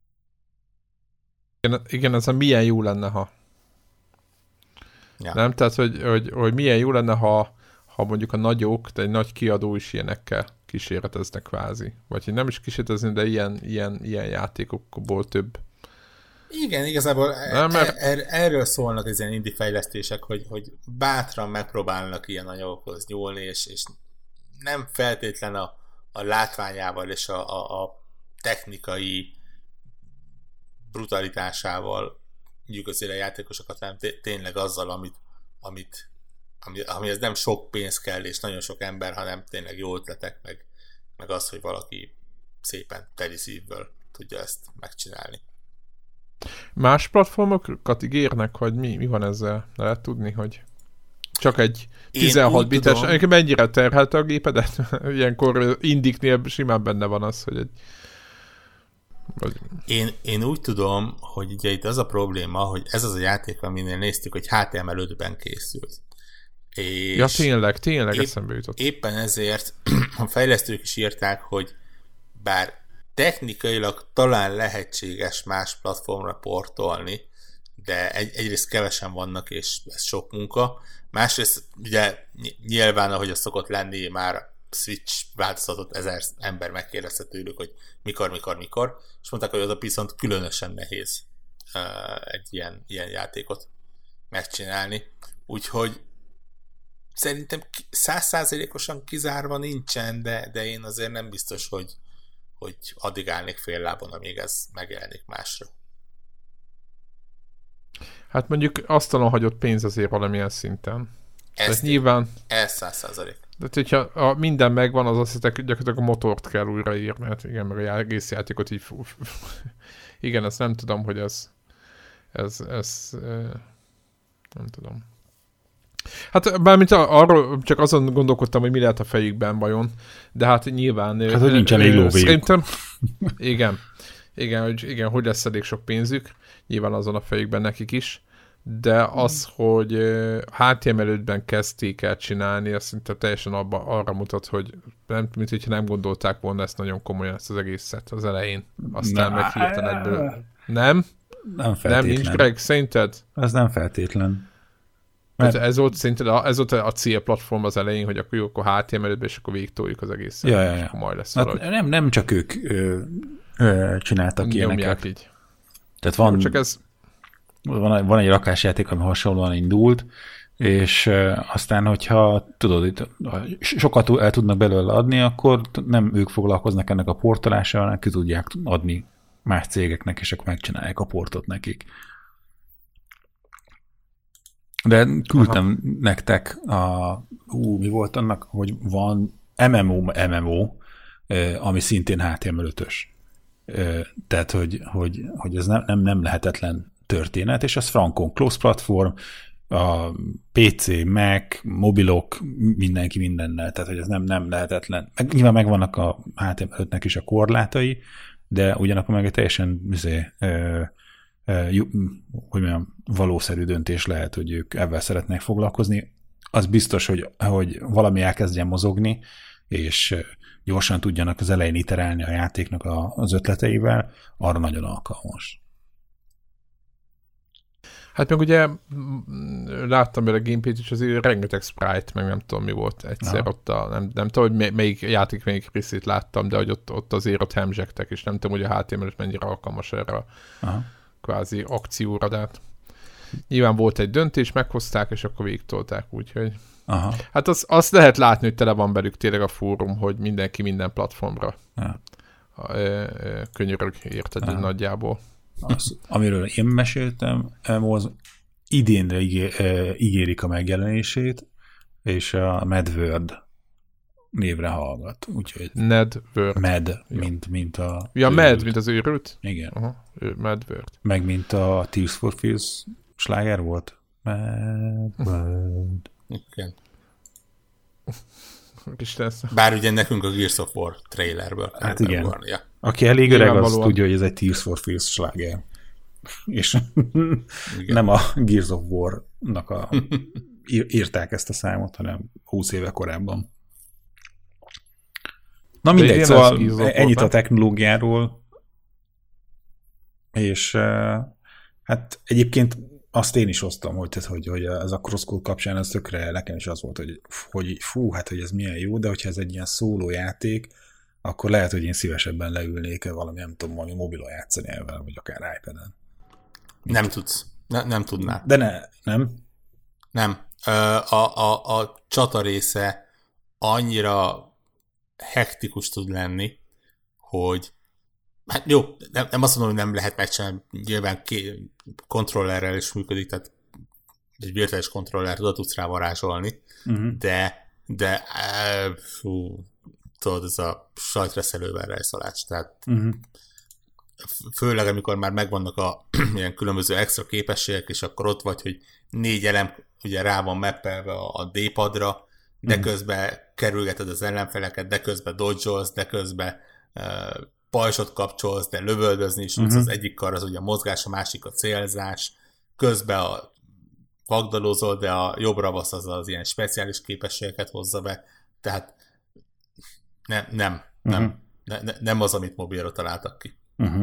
Igen, ez a milyen jó lenne, ha. Ja. Nem? Tehát, hogy milyen jó lenne, ha mondjuk a nagyok, de egy nagy kiadó is ilyenekkel kísérleteznek kvázi. Vagy hogy nem is kísérletezni, de ilyen játékokból több. Igen, igazából erről szólnak az ilyen indie fejlesztések, hogy bátran megpróbálnak ilyen anyagokhoz nyúlni, és nem feltétlen a látványával és a technikai brutalitásával nyugodsz a játékosokat, hanem tényleg azzal, amihez nem sok pénz kell, és nagyon sok ember, hanem tényleg jó ötletek, meg az, hogy valaki szépen teli szívből tudja ezt megcsinálni. Más platformokat ígérnek, hogy mi van ezzel? Lehet tudni, hogy csak egy 16 bites, mennyire terhelte a gépedet? Ilyenkor indiknél simán benne van az, hogy egy... Én úgy tudom, hogy ugye itt az a probléma, hogy ez az a játék, aminél néztük, hogy HTML5-ben készült. És ja, tényleg eszembe jutott. Éppen ezért a fejlesztők is írták, hogy bár technikailag talán lehetséges más platformra portolni, de egyrészt kevesen vannak, és ez sok munka. Másrészt ugye nyilván, ahogy az szokott lenni, már Switch változatot 1000 ember megkérdezte tőlük, hogy mikor, és mondták, hogy az a viszont különösen nehéz egy ilyen játékot megcsinálni. Úgyhogy szerintem 100%-osan kizárva nincsen, de én azért nem biztos, hogy addig állnék fél lábon, amíg ez megjelenik másra. Hát mondjuk asztalon hagyott pénz azért valamilyen szinten. Ez nyilván... Ez 100%. De hogyha minden megvan, az azt hiszem, gyakorlatilag a motort kell újraírni, hát igen, meg a egész játékot így... Igen, ezt nem tudom, hogy ez nem tudom. Hát bármint arról csak azon gondolkodtam, hogy mi lehet a fejükben vajon, de hát nyilván... Hát, hogy nincs elég lóvéjuk. Szerintem... Igen, hogy lesz elég sok pénzük, nyilván azon a fejükben nekik is, de az, hogy HTML5-ben kezdték el csinálni, azt szinte teljesen arra mutat, hogy mint hogyha nem gondolták volna ezt nagyon komolyan, ezt az egészet az elején. Aztán meg hirtelen egyből. Nem? Nem feltétlen. Nem, nincs, Greg, szerinted? Ez nem feltétlen. Mert... Ez volt szerinted ez volt a célplatform az elején, hogy akkor HTML5-ben, és akkor végigtoljuk az egészet. Ja. És akkor majd lesz hát nem csak ők csináltak ilyeneket. Így. Tehát van... Csak ez... Van egy rakásjáték, ami hasonlóan indult, és aztán, hogyha tudod, itt sokat el tudnak belőle adni, akkor nem ők foglalkoznak ennek a portolással, hanem ki tudják adni más cégeknek, és akkor megcsinálják a portot nekik. De küldtem nektek mi volt annak, hogy van MMO, ami szintén HTML5-ös. Tehát, hogy ez nem lehetetlen történet, és az frankon close platform, a PC, Mac, mobilok, mindenki mindennel, tehát hogy ez nem lehetetlen. Nyilván megvannak a HTML5-nek is a korlátai, de ugyanakkor meg egy teljesen hogy mondjam, valószerű döntés lehet, hogy ők ebben szeretnék foglalkozni. Az biztos, hogy valami elkezdjen mozogni, és gyorsan tudjanak az elején iterálni a játéknak az ötleteivel, arra nagyon alkalmas. Hát meg ugye láttam belőle a gameplayt is, azért rengeteg sprite, meg nem tudom mi volt egyszer ott nem tudom, hogy melyik játék melyik részét láttam, de hogy ott azért ott hemzsegtek, és nem tudom, hogy a HTML mennyire alkalmas erre a kvázi akcióra, de hát nyilván volt egy döntés, meghozták, és akkor végigtolták, úgyhogy hát azt lehet látni, hogy tele van belük tényleg a fórum, hogy mindenki minden platformra könyörög, érted nagyjából. Az, amiről én meséltem, az idénre ígérik a megjelenését, és a MedWorld névre hallgat. Úgyhogy MedWorld. Mint a... Ja, őrült. mint az őrült? Igen. MedWorld. Meg mint a Tears for Fears sláger volt. MedWorld. Igen. Bár ugye nekünk a Gears of War trailerből. Hát igen. Aki elég öreg, az tudja, hogy ez egy Tears for Fears sláger. És nem a Gears of War-nak írták ezt a számot, hanem 20 éve korábban. Na mindegy, szóval ennyit a technológiáról. És hát egyébként azt én is hoztam, hogy az a CrossCode kapcsán az tökre nekem is az volt, hogy hogy ez milyen jó, de hogyha ez egy ilyen szóló játék, akkor lehet, hogy én szívesebben leülnék valami, nem tudom, valami mobilon játszani elvel, vagy akár iPad-en. Nem tudsz. Nem tudnál. De nem? Nem. A csata része annyira hektikus tud lenni, hogy hát jó, nem azt mondom, hogy nem lehet megcsinálni, nyilván kontrollerrel is működik, tehát egy virtuális kontroller tudsz rá varázsolni, de tudod, ez a sajtreszelővel rejszolács, tehát főleg amikor már megvannak a ilyen különböző extra képességek, és akkor ott vagy, hogy 4 elem ugye rá van mappelve a D-padra, de közben kerülgeted az ellenfeleket, de közben dodge-olsz, de közben pajzsot kapcsolsz, de lövöldözni is tudsz, az egyik kar az ugye a mozgás, a másik a célzás, közben a vagdalózol, de a jobb ravasz az ilyen speciális képességeket hozza be, tehát nem az, amit mobilra találtak ki.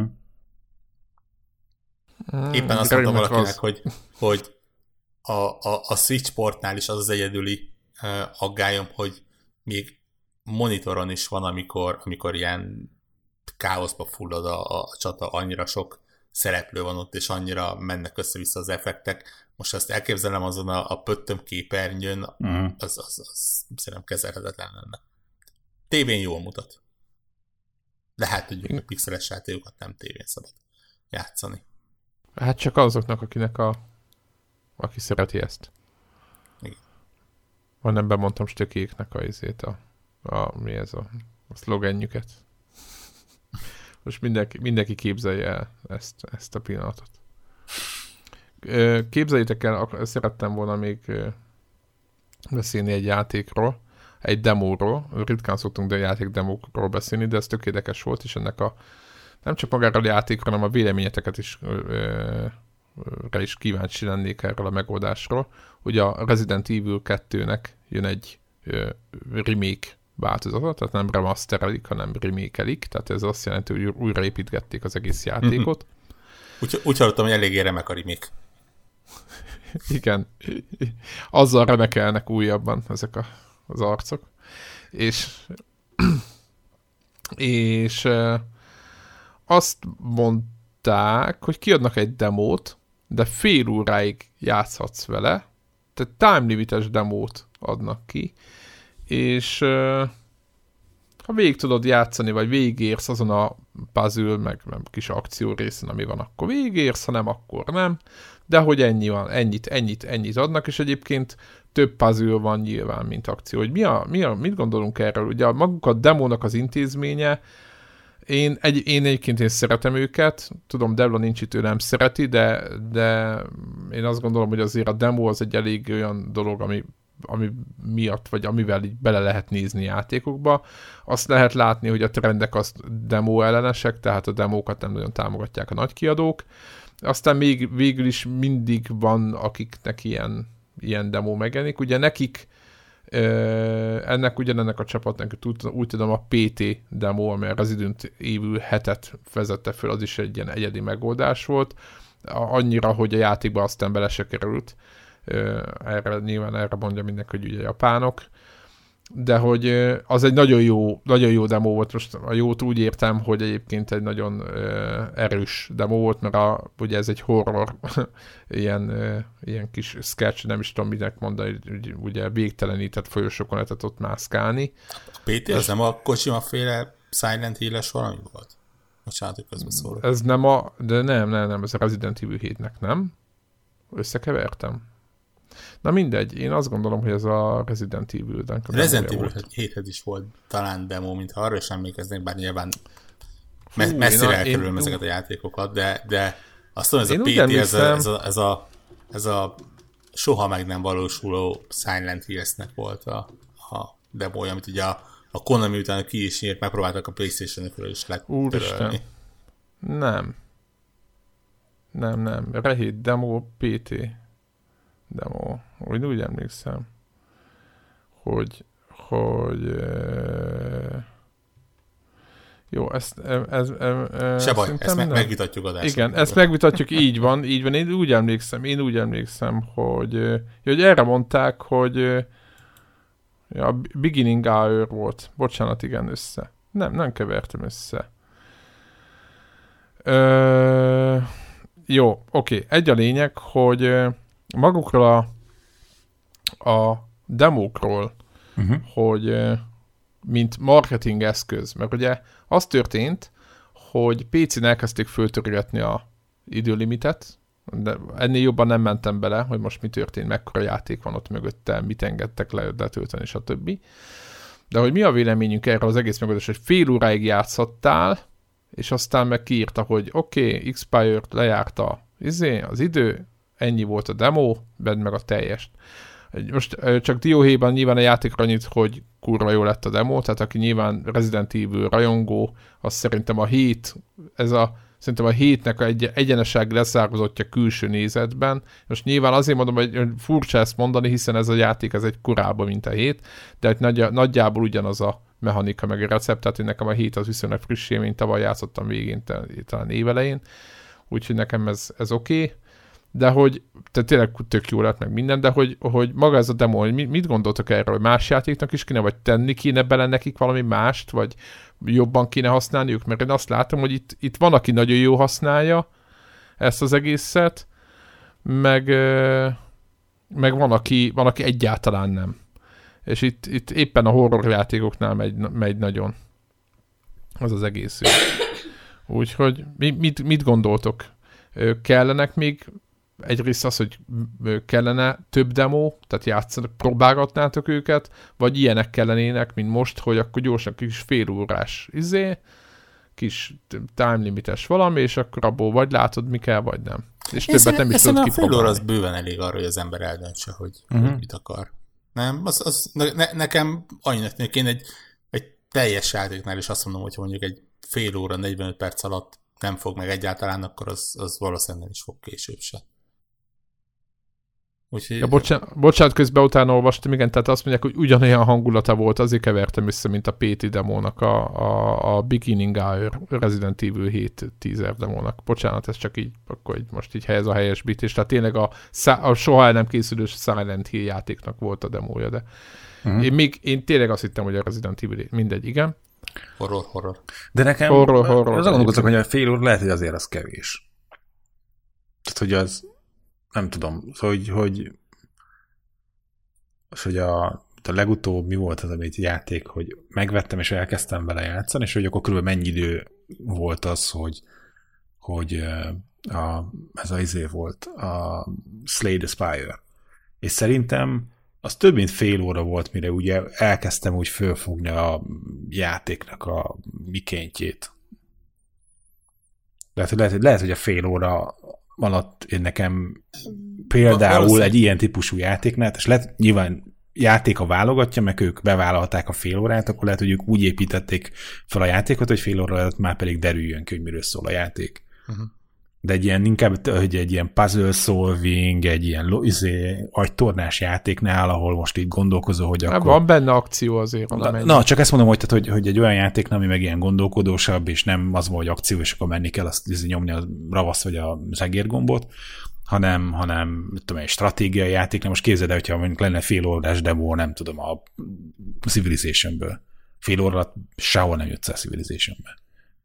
Éppen azt mondtam valakinek, hogy a Switch portnál is az egyedüli aggályom, hogy még monitoron is van, amikor ilyen káoszba fullad a csata, annyira sok szereplő van ott, és annyira mennek össze-vissza az effektek. Most ezt elképzelem azon a pöttöm képernyőn, az szerintem kezelhetetlen lenne. Tévén jól mutat. De hát tudjuk, hogy pixeles játékokat nem tévén szabad játszani. Hát csak azoknak, aki szereti ezt. Igen. Nem bemondtam stökéknek mi ez a szlogenjüket. Most mindenki képzelje el ezt a pillanatot. Képzeljétek el, szerettem volna még beszélni egy játékról, egy demóról. Ritkán szoktunk játék demókról beszélni, de ez tök érdekes volt, és ennek nem csak magáról a játékról, hanem a véleményeteket is kíváncsi lennék erről a megoldásról. Ugye a Resident Evil 2-nek jön egy remake változata, tehát nem remasterelik, hanem remake-elik, tehát ez azt jelenti, hogy újraépítgették az egész játékot. Úgy hallottam, hogy eléggé remek a remake. Igen. Azzal remekelnek újabban ezek az arcok. És azt mondták, hogy kiadnak egy demót, de fél óráig játszhatsz vele, tehát time limites demót adnak ki, és ha végig tudod játszani, vagy végigérsz azon a puzzle, meg kis akció részen, ami van, akkor végigérsz, ha nem, akkor nem, de hogy ennyi van, ennyit adnak, és egyébként több puzzle van nyilván, mint akció. Hogy mit gondolunk erről? Ugye maguk a demónak az intézménye, én egyébként szeretem őket, tudom, Devla nincs itt, ő nem szereti, de én azt gondolom, hogy azért a demo az egy elég olyan dolog, ami miatt, vagy amivel így bele lehet nézni játékokba. Azt lehet látni, hogy a trendek az demo ellenesek, tehát a demókat nem nagyon támogatják a nagy kiadók. Aztán még végül is mindig van, akiknek ilyen demo megjelenik. Ugye nekik ennek a csapatnak úgy tudom a PT demo, amely a Resident Evil 7-et vezette föl, az is egy ilyen egyedi megoldás volt. Annyira, hogy a játékba aztán bele se került. Nyilván erre mondja mindenki, hogy ugye japánok. De hogy az egy nagyon jó demo volt. Most a jót úgy értem, hogy egyébként egy nagyon erős demo volt, mert ugye ez egy horror, ilyen kis sketch, nem is tudom, minek mondani, hogy ugye végtelenített folyosókon lehetett ott mászkálni. A PT az nem a Kojima-féle Silent Hill-es valami volt? Bocsánat, hogy közben szólok. Ez nem nem, ez a Resident Evil 7-nek, nem? Összekevertem. Na mindegy, én azt gondolom, hogy ez a Resident Evil-nek a Resident Evil 7-hez is volt talán demo, mintha arra is emlékeznék, bár nyilván messzire elkerülöm ezeket a játékokat, de azt mondom, ez a soha meg nem valósuló Silent Hills-nek volt a demója, amit ugye a Konami után ki is nyírt, megpróbáltak a PlayStation-ről is letörölni. Nem. Rehét demo, PT demo. Úgy emlékszem, hogy jó, ez se baj, ezt megvitatjuk adásra. Igen, ezt megvitatjuk, így van. Én úgy emlékszem, hogy erre mondták, hogy a Beginning Hour volt. Bocsánat, igen, össze. Nem kevertem össze. Jó, oké. Egy a lényeg, hogy magukról a demókról, hogy mint marketing eszköz, mert ugye az történt, hogy PC-n elkezdték föltörgetni a időlimitet, de ennél jobban nem mentem bele, hogy most mi történt, mekkora játék van ott mögötte, mit engedtek letölteni, stb. De hogy mi a véleményünk erről az egész megoldás, hogy fél óráig játszhattál, és aztán meg kiírta, hogy oké, expired, lejárt az idő, ennyi volt a demo, vedd meg a teljest. Most csak dióhéjban nyilván a játékra annyit, hogy kurva jó lett a demo, tehát aki nyilván Resident Evil rajongó, az szerintem szerintem a 7-nek egyeneság leszározottja külső nézetben. Most nyilván azért mondom, hogy furcsa ezt mondani, hiszen ez a játék ez egy korábban, mint a 7, de nagyjából ugyanaz a mechanika meg a recept, tehát hogy nekem a 7 az viszonylag friss élmény, tavaly játszottam végén, talán évelején, úgyhogy nekem ez oké. De hogy, tehát tényleg tök jó lett meg minden, de hogy maga ez a demo, hogy mit gondoltok erről, hogy más játéknak is kéne, vagy tenni kéne bele nekik valami mást, vagy jobban kéne használniuk, mert én azt látom, hogy itt van, aki nagyon jó használja ezt az egészet, meg van, aki egyáltalán nem. És itt éppen a horror játékoknál megy nagyon az egész. Úgyhogy mit gondoltok? Kellenek még egyrészt az, hogy kellene több demo, tehát próbálgatnátok őket, vagy ilyenek kellenének, mint most, hogy akkor gyorsan kis félórás kis time limites valami, és akkor abból vagy látod, mi kell, vagy nem. És többet nem is tudod kipróbálni. A fél óra az bőven elég arra, hogy az ember eldöntse, hogy mit akar. Nem? Nekem annyinak tűnik, én egy teljes játéknál is azt mondom, hogy mondjuk egy fél óra, 45 perc alatt nem fog meg egyáltalán, akkor az valószínűleg is fog később se. Úgyhogy... Ja, bocsánat, közben utána olvastam, igen, tehát azt mondják, hogy ugyanolyan hangulata volt, azért kevertem össze, mint a PT demónak, a Beginning Hour Resident Evil 7 teaser demónak. Bocsánat, ez csak így, akkor most így ez a helyesbítés. Tehát tényleg a soha el nem készülő Silent Hill játéknak volt a demója, de én tényleg azt hittem, hogy a Resident Evil mindegy, igen. Horror. De nekem horror, az gondolkozok, hogy a fél óra lehet, hogy azért az kevés. Tehát, hogy az nem tudom, hogy a legutóbb mi volt az, amit játék, hogy megvettem, és elkezdtem vele játszani, és hogy akkor körülbelül mennyi idő volt az, hogy ez az izé volt, a Slay the Spire. És szerintem az több mint fél óra volt, mire ugye elkezdtem úgy fölfogni a játéknak a mikéntjét. Lehet, hogy a fél óra alatt én nekem például egy ilyen típusú játéknál, és lehet nyilván játéka válogatja, meg ők bevállalták a fél órát, akkor lehet, hogy ők úgy építették fel a játékot, hogy fél óra alatt már pedig derüljön ki, hogy miről szól a játék. De inkább egy ilyen puzzle solving, egy ilyen agytornás játéknál, ahol most így gondolkozol, hogy akkor... Van benne akció azért. Na, csak ezt mondom, hogy egy olyan játéknál, ami meg ilyen gondolkodósabb, és nem az van, hogy akció, és akkor menni kell azt nyomni a ravasz vagy az egérgombot, hanem tudom, egy stratégiai játéknál. Most képzeld el, hogyha mondjuk lenne fél órás demo, nem tudom, a Civilizationből. Fél óra alatt sehol nem jössz a Civilizationbe.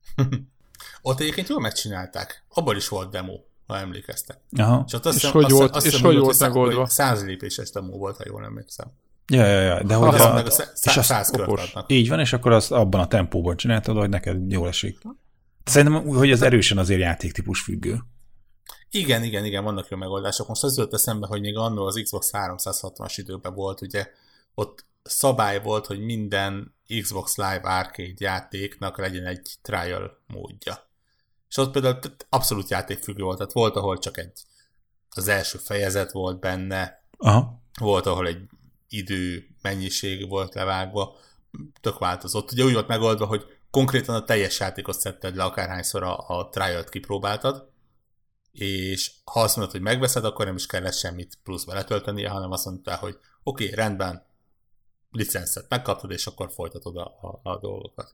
Ott egyébként jól megcsinálták. Abban is volt demo, ha emlékeztek. Aha. És hogy volt megoldva? 100 lépéses demo volt, ha jól emlékszem. Ja. De hogy meg 100 kört adnak. Így van, és akkor azt abban a tempóban csináltad, hogy neked jól esik. Szerintem, hogy ez erősen azért játéktípus függő. Igen, vannak jó megoldások. Most az jött eszembe, hogy még annól az Xbox 360-as időben volt, ugye ott szabály volt, hogy minden Xbox Live Arcade játéknak legyen egy trial módja. És ott például abszolút játékfüggő volt, tehát volt, ahol csak az első fejezet volt benne, volt, ahol egy idő mennyiség volt levágva, tök változott. Ugye úgy volt megoldva, hogy konkrétan a teljes játékot szedted le, akárhányszor a trialt kipróbáltad, és ha azt mondod, hogy megveszed, akkor nem is kellett semmit pluszba letöltenie, hanem azt mondtál, hogy oké, rendben, licenszet megkaptad, és akkor folytatod a dolgokat.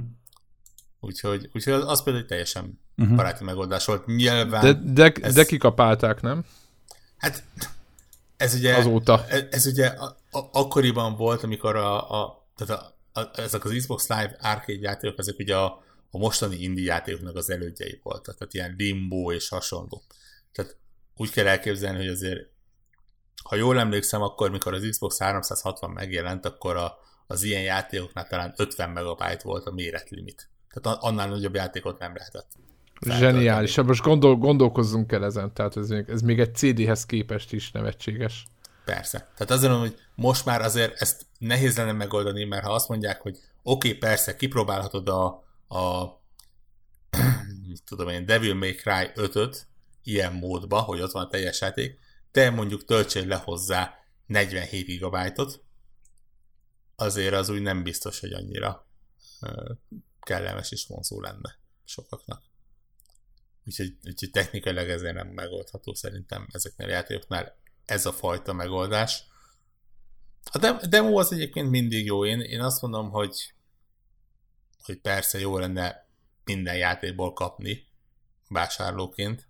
Úgyhogy az például egy teljesen baráti megoldás volt. Nyilván... De kikapálták, nem? Hát ez ugye... Azóta. Ez ugye akkoriban volt, amikor ezek az Xbox Live Arcade játékok, ezek ugye a mostani indie játékoknak az elődjei voltak. Tehát ilyen Limbo és hasonló. Tehát úgy kell elképzelni, hogy azért ha jól emlékszem, akkor mikor az Xbox 360 megjelent, akkor az ilyen játékoknál talán 50 megabyte volt a méretlimit. Tehát annál nagyobb játékot nem lehetett. Zseniális. Most gondolkozzunk el ezen, tehát ez még egy CD-hez képest is nevetséges. Persze. Tehát azért mondom, hogy most már azért ezt nehéz lenne megoldani, mert ha azt mondják, hogy oké, persze, kipróbálhatod mit tudom én, Devil May Cry 5-öt ilyen módba, hogy ott van a teljes játék, de mondjuk töltsél le hozzá 47 GB-ot, azért az úgy nem biztos, hogy annyira kellemes és vonzó lenne sokaknak. Úgyhogy technikailag ezért nem megoldható szerintem ezeknél a játékoknál ez a fajta megoldás. A demo az egyébként mindig jó. Én azt mondom, hogy persze jó lenne minden játékból kapni vásárlóként.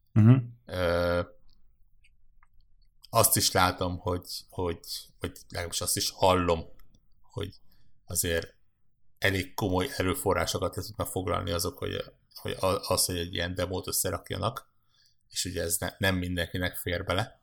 Azt is látom, hogy legalábbis azt is hallom, hogy azért elég komoly erőforrásokat tudnak foglalni azok, hogy egy ilyen demót összerakjanak, és ugye ez nem mindenkinek fér bele.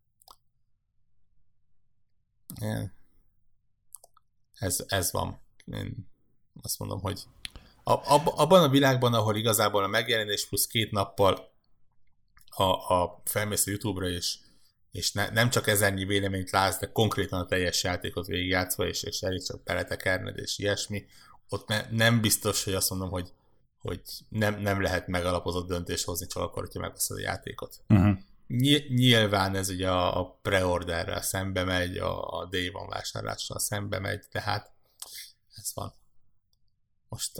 Ez van. Én azt mondom, hogy abban a világban, ahol igazából a megjelenés plusz 2 nappal felmész a YouTube-ra, és nem csak ezernyi véleményt látsz, de konkrétan a teljes játékot végigjátszva, és elég csak beletekerned, és ilyesmi, ott nem biztos, hogy azt mondom, hogy nem lehet megalapozott döntést hozni, csak akkor, hogyha megveszed a játékot. Nyilván ez ugye a preorderrel szembe megy, a Day One vásárlással szembe megy, tehát ez van. Most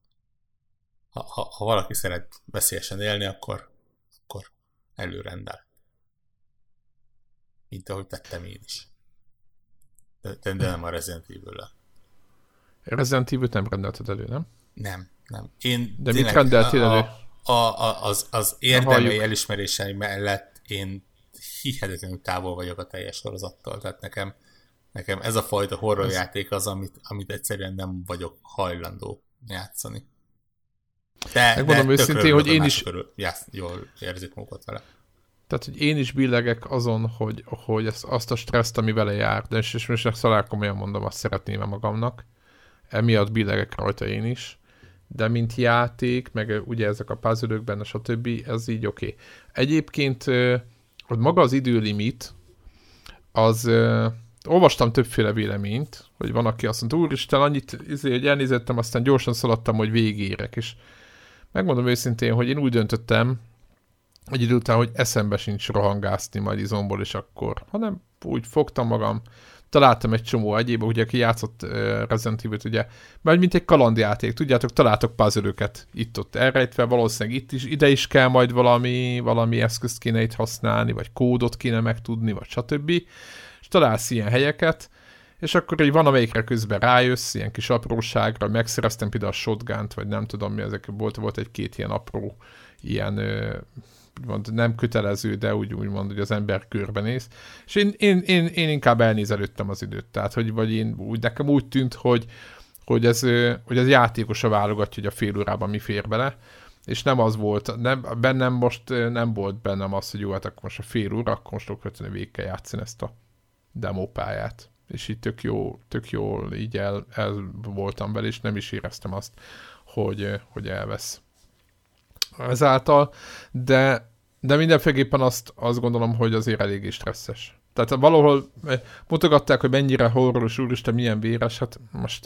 ha valaki szeret veszélyesen élni, akkor előrendel. Mint ahogy tettem én is. De nem a Resident Evil-le. Resident Evil-t nem rendelted elő, nem? Nem. De mit rendeltél elő? Az érdemei elismerései mellett én hihetetlenül távol vagyok a teljes sorozattól, tehát nekem ez a fajta horrorjáték az, amit egyszerűen nem vagyok hajlandó játszani. Megmondom őszintén, hogy én is jól érzik magukat vele. Tehát, hogy én is billegek azon, hogy azt a stresszt, ami vele jár, de és most szalár komolyan mondom, azt szeretném magamnak. Emiatt billegek rajta én is. De mint játék, meg ugye ezek a puzzle-ök benne, stb., ez így oké. Egyébként, hogy maga az időlimit, az olvastam többféle véleményt, hogy van, aki azt mondta, úristen, annyit hogy elnézettem, aztán gyorsan szaladtam, hogy végérek, és megmondom őszintén, hogy én úgy döntöttem egy idő után, hogy eszembe sincs rohangászni majd izomból, és akkor, hanem úgy fogtam magam, találtam egy csomó egyéb, ugye, aki játszott Resident Evil-t, ugye, mert mint egy kalandjáték, tudjátok, találtok puzzle-öket itt-ott elrejtve, valószínűleg ide is kell majd valami eszközt kéne itt használni, vagy kódot kéne megtudni, vagy stb. És találsz ilyen helyeket, és akkor így van, amelyikre közben rájössz, ilyen kis apróságra, megszereztem például a shotgunt, vagy nem tudom mi, ezek volt egy-két ilyen apró, ilyen nem kötelező, de úgymond, hogy az ember körbenéz. És én inkább elnézelődtem az időt. Tehát, nekem úgy tűnt, hogy ez játékosra válogatja, hogy a fél órában mi fér bele, és nem az volt, bennem most nem volt bennem az, hogy jó, hát akkor most a fél óra, akkor most akkor végig kell játszani ezt a demópályát. És így tök jól így el voltam vele, és nem is éreztem azt, hogy elvesz ezáltal, de mindenféleképpen azt gondolom, hogy azért eléggé stresszes. Tehát valahol mutogatták, hogy mennyire horroros, úristen, milyen véres, hát most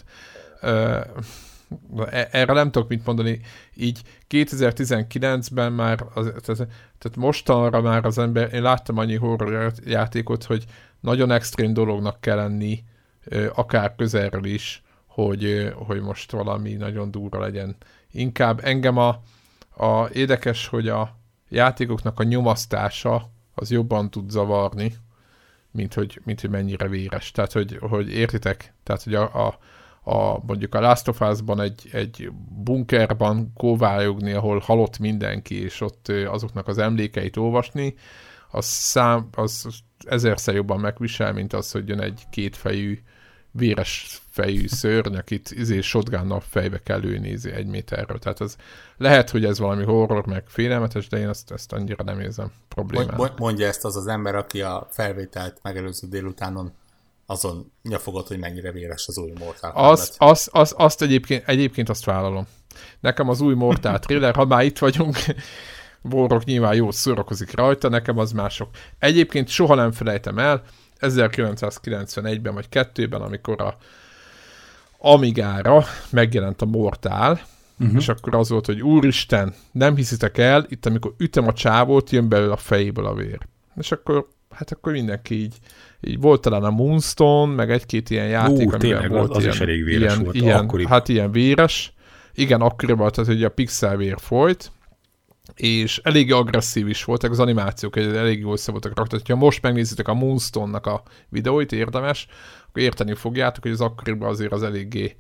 erre nem tudok mit mondani, így 2019-ben már, tehát mostanra már az ember, én láttam annyi horror játékot, hogy nagyon extrém dolognak kell lenni, akár közelről is, hogy most valami nagyon durva legyen. Inkább engem érdekes, hogy a játékoknak a nyomasztása az jobban tud zavarni, mint hogy mennyire véres. Tehát, hogy értitek? Tehát, hogy mondjuk a Last of Us-ban egy bunkerban kóvályogni, ahol halott mindenki, és ott azoknak az emlékeit olvasni, az ezerszer jobban megvisel, mint az, hogy jön egy kétfejű, véres fejű szörny, akit shotgunnal fejbe kell lőni 1 méterről. Tehát az lehet, hogy ez valami horror, meg félelmetes, de én ezt annyira nem érzem problémát. Mondja ezt az ember, aki a felvételt megelőző délutánon azon nyafogott, hogy mennyire véres az új Mortal Kombat. Azt egyébként azt vállalom. Nekem az új Mortal trailer, ha már itt vagyunk, Borok nyilván jót szórakozik rajta, nekem az mások. Egyébként soha nem felejtem el, 1991-ben vagy 2-ben, amikor a Amigára megjelent a Mortal, és akkor az volt, hogy úristen, nem hiszitek el, itt amikor ütem a csávót, jön belőle a fejéből a vér. És akkor, hát akkor mindenki így volt talán a Moonstone, meg egy-két ilyen játék, amiben tényleg, volt az ilyen, is elég véres ilyen, volt. ilyen, hát ilyen véres. Igen, akkoriban, tehát hogy a pixelvér folyt, és elég agresszív is voltak az animációk, elég jól össze voltak raktak. Ha most megnézitek a Moonstone-nak a videóit, érdemes, akkor érteni fogjátok, hogy az akkoriban azért az eléggé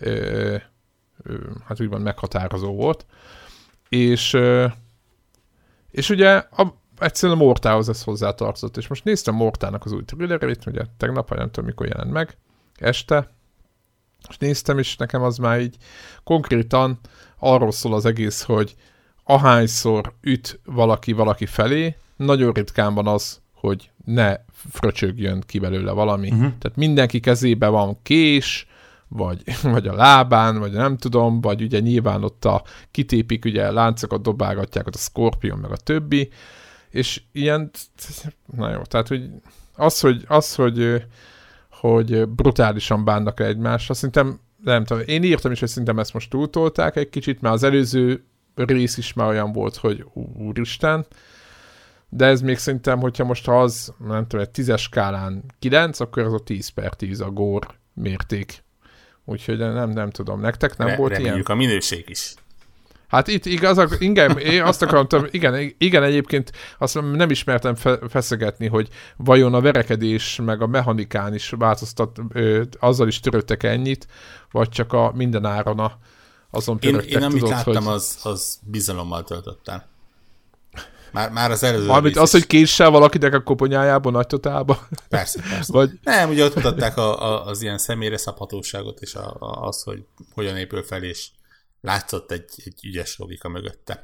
hát úgymond meghatározó volt. És ugye egyszerűen a Mortához ez hozzátartozott, és most néztem Mortának az új thrillerét, ugye tegnap, vagy nem tudom mikor jelent meg, este, és néztem, és nekem az már így konkrétan arról szól az egész, hogy ahányszor üt valaki felé, nagyon ritkán van az, hogy ne fröcsögjön ki belőle valami. Tehát mindenki kezébe van kés, vagy a lábán, vagy nem tudom, vagy ugye nyilván ott kitépik, ugye láncokat dobálgatják, ott a Scorpion, meg a többi, és ilyen, na jó, tehát hogy hogy brutálisan bánnak egymással, szerintem, nem tudom, én írtam is, hogy szerintem ezt most túltolták egy kicsit, mert az előző rész is már olyan volt, hogy úristen, de ez még szerintem, hogyha most az, nem tudom, egy 10-es skálán 9, akkor az a 10/10 a gore mérték. Úgyhogy nem tudom, nektek nem volt ilyen? Reméljük a minőség is. Hát itt igen, én azt akartam, igen, egyébként azt nem ismertem feszegetni, hogy vajon a verekedés meg a mechanikán is változtat, azzal is törődtek ennyit, vagy csak a mindenáron azon törődtek. Én amit láttam, hogy... az bizalommal töltött el. Már az előző Mármint az, hogy késsel valakinek a koponyájából nagy totálba. Persze. Vagy... Nem, ugye ott mutatták az ilyen személyre szabhatóságot, és az, hogy hogyan épül fel, és látszott egy ügyes logika mögötte.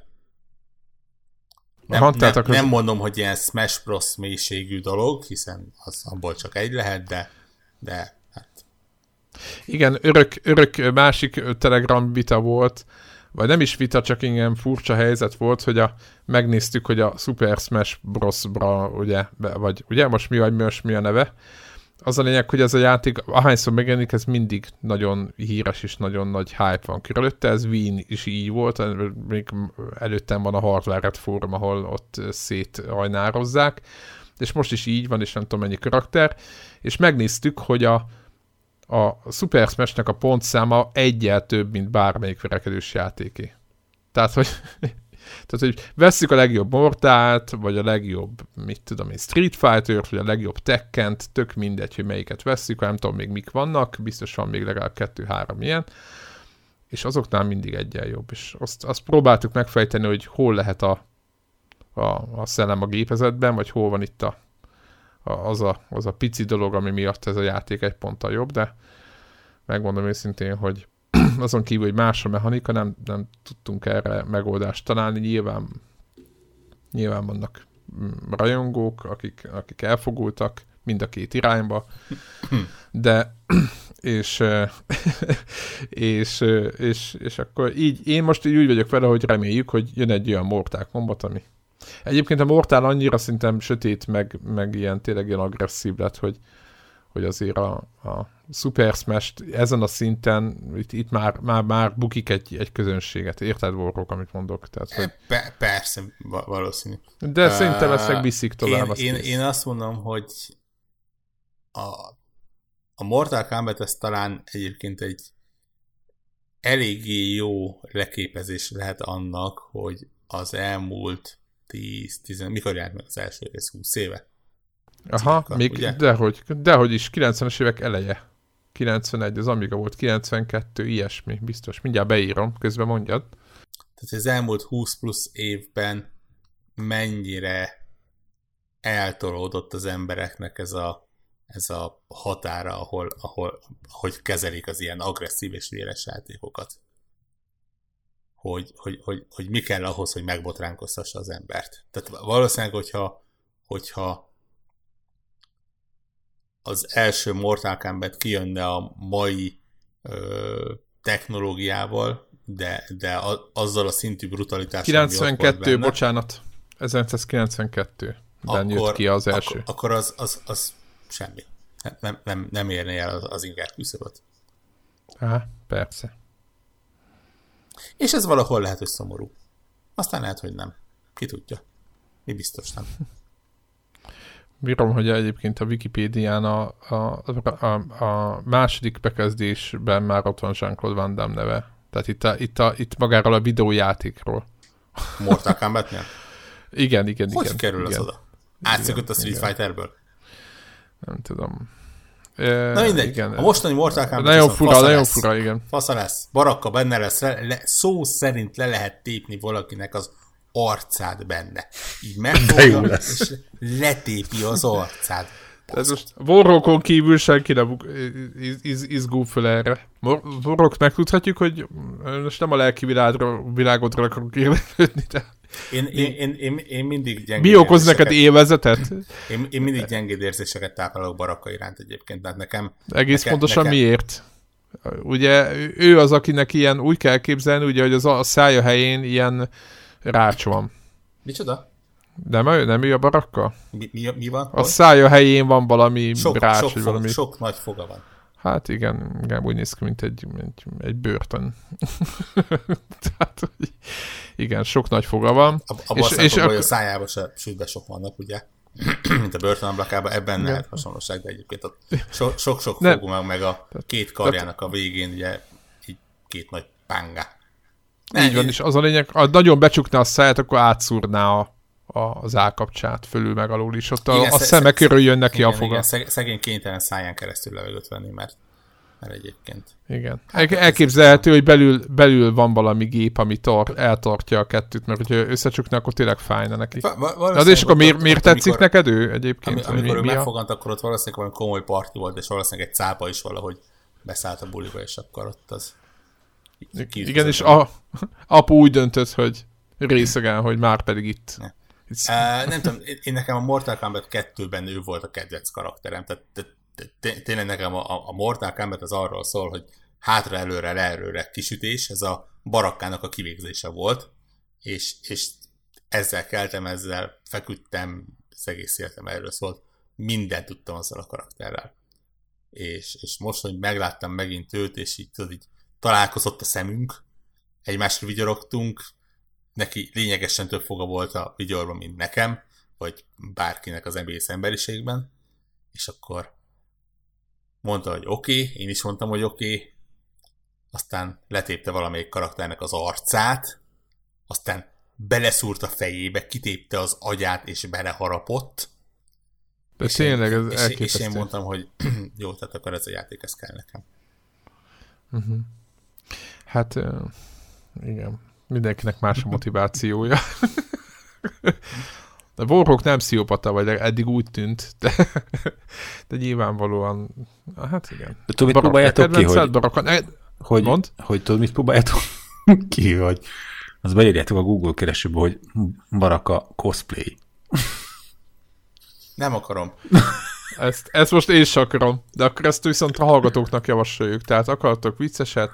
Nem mondom, hogy ilyen Smash Bros. Mélységű dolog, hiszen az abból csak egy lehet, de hát... Igen, örök másik Telegram vita volt, vagy nem is vita, csak ilyen furcsa helyzet volt, hogy megnéztük, hogy a Super Smash Bros-bra, ugye most mi a neve. Az a lényeg, hogy ez a játék, ahányszor megjelenik, ez mindig nagyon híres és nagyon nagy hype van körülötte. Ez Wien is így volt, még előttem van a Hardware fórum, ahol ott széthajnározzák, és most is így van, és nem tudom mennyi karakter, és megnéztük, hogy a Super Smash-nek a pontszáma egyel több, mint bármelyik verekedős játéké. Tehát, hogy vesszük a legjobb Mortalt, vagy a legjobb, mit tudom én, Street Fighter-t, vagy a legjobb Tekkent, tök mindegy, hogy melyiket vesszük, nem tudom még mik vannak, biztos van még legalább 2-3 ilyen, és azoknál mindig egyel jobb. És azt próbáltuk megfejteni, hogy hol lehet a szellem a gépezetben, vagy hol van itt az a pici dolog, ami miatt ez a játék egy ponttal jobb, de megmondom őszintén, hogy azon kívül, hogy más a mechanika, nem tudtunk erre megoldást találni. Nyilván vannak rajongók, akik elfogultak mind a két irányba, de és akkor így, én most így úgy vagyok vele, hogy reméljük, hogy jön egy olyan Mortal Kombat, ami egyébként a Mortal annyira szerintem sötét, meg ilyen tényleg ilyen agresszív lett, hogy azért a Super Smash ezen a szinten itt már bukik egy közönséget. Érted, Warrock, amit mondok? Tehát, hogy... Persze, valószínű. De szerintem ezt megviszik tovább. Én azt mondom, hogy a Mortal Kombat ez talán egyébként egy eléggé jó leképezés lehet annak, hogy az elmúlt 10, mikor járt meg az első rész? 20 éve? Aha, még dehogy is, 90-es évek eleje. 91, az Amiga volt, 92, ilyesmi, biztos. Mindjárt beírom, közben mondjad. Tehát az elmúlt 20 plusz évben mennyire eltolódott az embereknek ez a határa, ahogy kezelik az ilyen agresszív és véres játékokat. Hogy mi kell ahhoz, hogy megbotránkoztassa az embert. Tehát valószínűleg, hogyha az első Mortal Kombat kijönne a mai technológiával, de azzal a szintű brutalitással, 92, bocsánat. 1992-ben jött ki az első. Akkor az semmi. Nem érné el az inger küszöböt. Aha, persze. És ez valahol lehet, hogy szomorú. Aztán lehet, hogy nem. Ki tudja. Mi biztos nem. Bírom, hogy egyébként a Wikipédián a második bekezdésben már ott van Jean-Claude Van Damme neve. Tehát itt magáról a videójátékról. Mortal Kombatnél? Igen. Hogy kerül az oda? Átszökött a Street Fighterből? Nem tudom. Na mindegy, igen. A mostani Mortal Kombat nagyon fura, igen. Fasza lesz. Barakka benne lesz, szó szerint le lehet tépni valakinek az arcát benne. Így megfogja, és letépi az arcát. Ez most Warrockon kívül senki nem izgul föl erre. Warrock megtudhatjuk, hogy most nem a lelki világodra akarok érdeklődni, de... Én mindig gyengéd mi okoz neked élvezetet? Én mindig gyengéd érzéseket táplálok Barakka iránt egyébként, tehát nekem... Egész pontosan miért? Ugye ő az, akinek ilyen úgy kell képzelni, ugye, hogy a szája helyén ilyen rács van. Micsoda? Nem ő a Barakka? Mi van? A szája helyén van valami rács, vagy valami... Sok nagy foga van. Hát igen, úgy néz ki, mint egy bőrtön. Tehát, igen, sok nagy foga van. És a szájában se sütbe sok vannak, ugye? Mint a börtönablakában, ebben lehet hasonlóság, de egyébként sok fogó meg a két karjának a végén, ugye, így két nagy pánga. Így van, és az a lényeg, nagyon becsukná a száját, akkor átszúrná az állkapcsát fölül meg alul is. Ott a szeme körül jön neki a foga. Igen, szegény kénytelen száján keresztül levegőt venni, mert egyébként. Igen. Elképzelhető, hogy belül van valami gép, ami eltartja a kettőt, mert hogyha összecsukna, akkor tényleg fájna neki. De és akkor miért tetszik neked ő egyébként? Amikor ő megfogant, akkor ott valószínűleg valami komoly parti volt, és valószínűleg egy cápa is valahogy beszállt a buliba, és akkor ott az... Igen, és apu úgy döntött, hogy részegen, hogy már pedig itt. Nem tudom, én nekem a Mortal Kombat 2-ben ő volt a kedvenc karakterem, tehát tényleg nekem a Mortal Kombat az arról szól, hogy hátra-előre, le-előre kisütés, ez a Barakkának a kivégzése volt, és ezzel keltem, ezzel feküdtem, az egész életem erről szólt, mindent tudtam azzal a karakterrel. És most, hogy megláttam megint őt, és így találkozott a szemünk, egymásra vigyorogtunk, neki lényegesen több foga volt a vigyorban, mint nekem, vagy bárkinek az egész emberiségben, és akkor mondta, hogy oké, én is mondtam, hogy oké, aztán letépte valamelyik karakternek az arcát, aztán beleszúrt a fejébe, kitépte az agyát, és beleharapott. De tényleg ez elképesztő. És én mondtam, hogy jó, tehát akkor ez a játék, ez kell nekem. Uh-huh. Hát, igen. Mindenkinek más a motivációja. De Warrock nem pszichopata, vagy eddig úgy tűnt, de nyilvánvalóan, hát igen. De tudod, mit próbáljátok ki, hogy tudod, mit próbáljátok ki, hogy azt beírjátok a Google keresőbe, hogy Baraka cosplay. Nem akarom. Ezt most én is akarom, de akkor ezt viszont a hallgatóknak javasoljuk. Tehát akartok vicceset?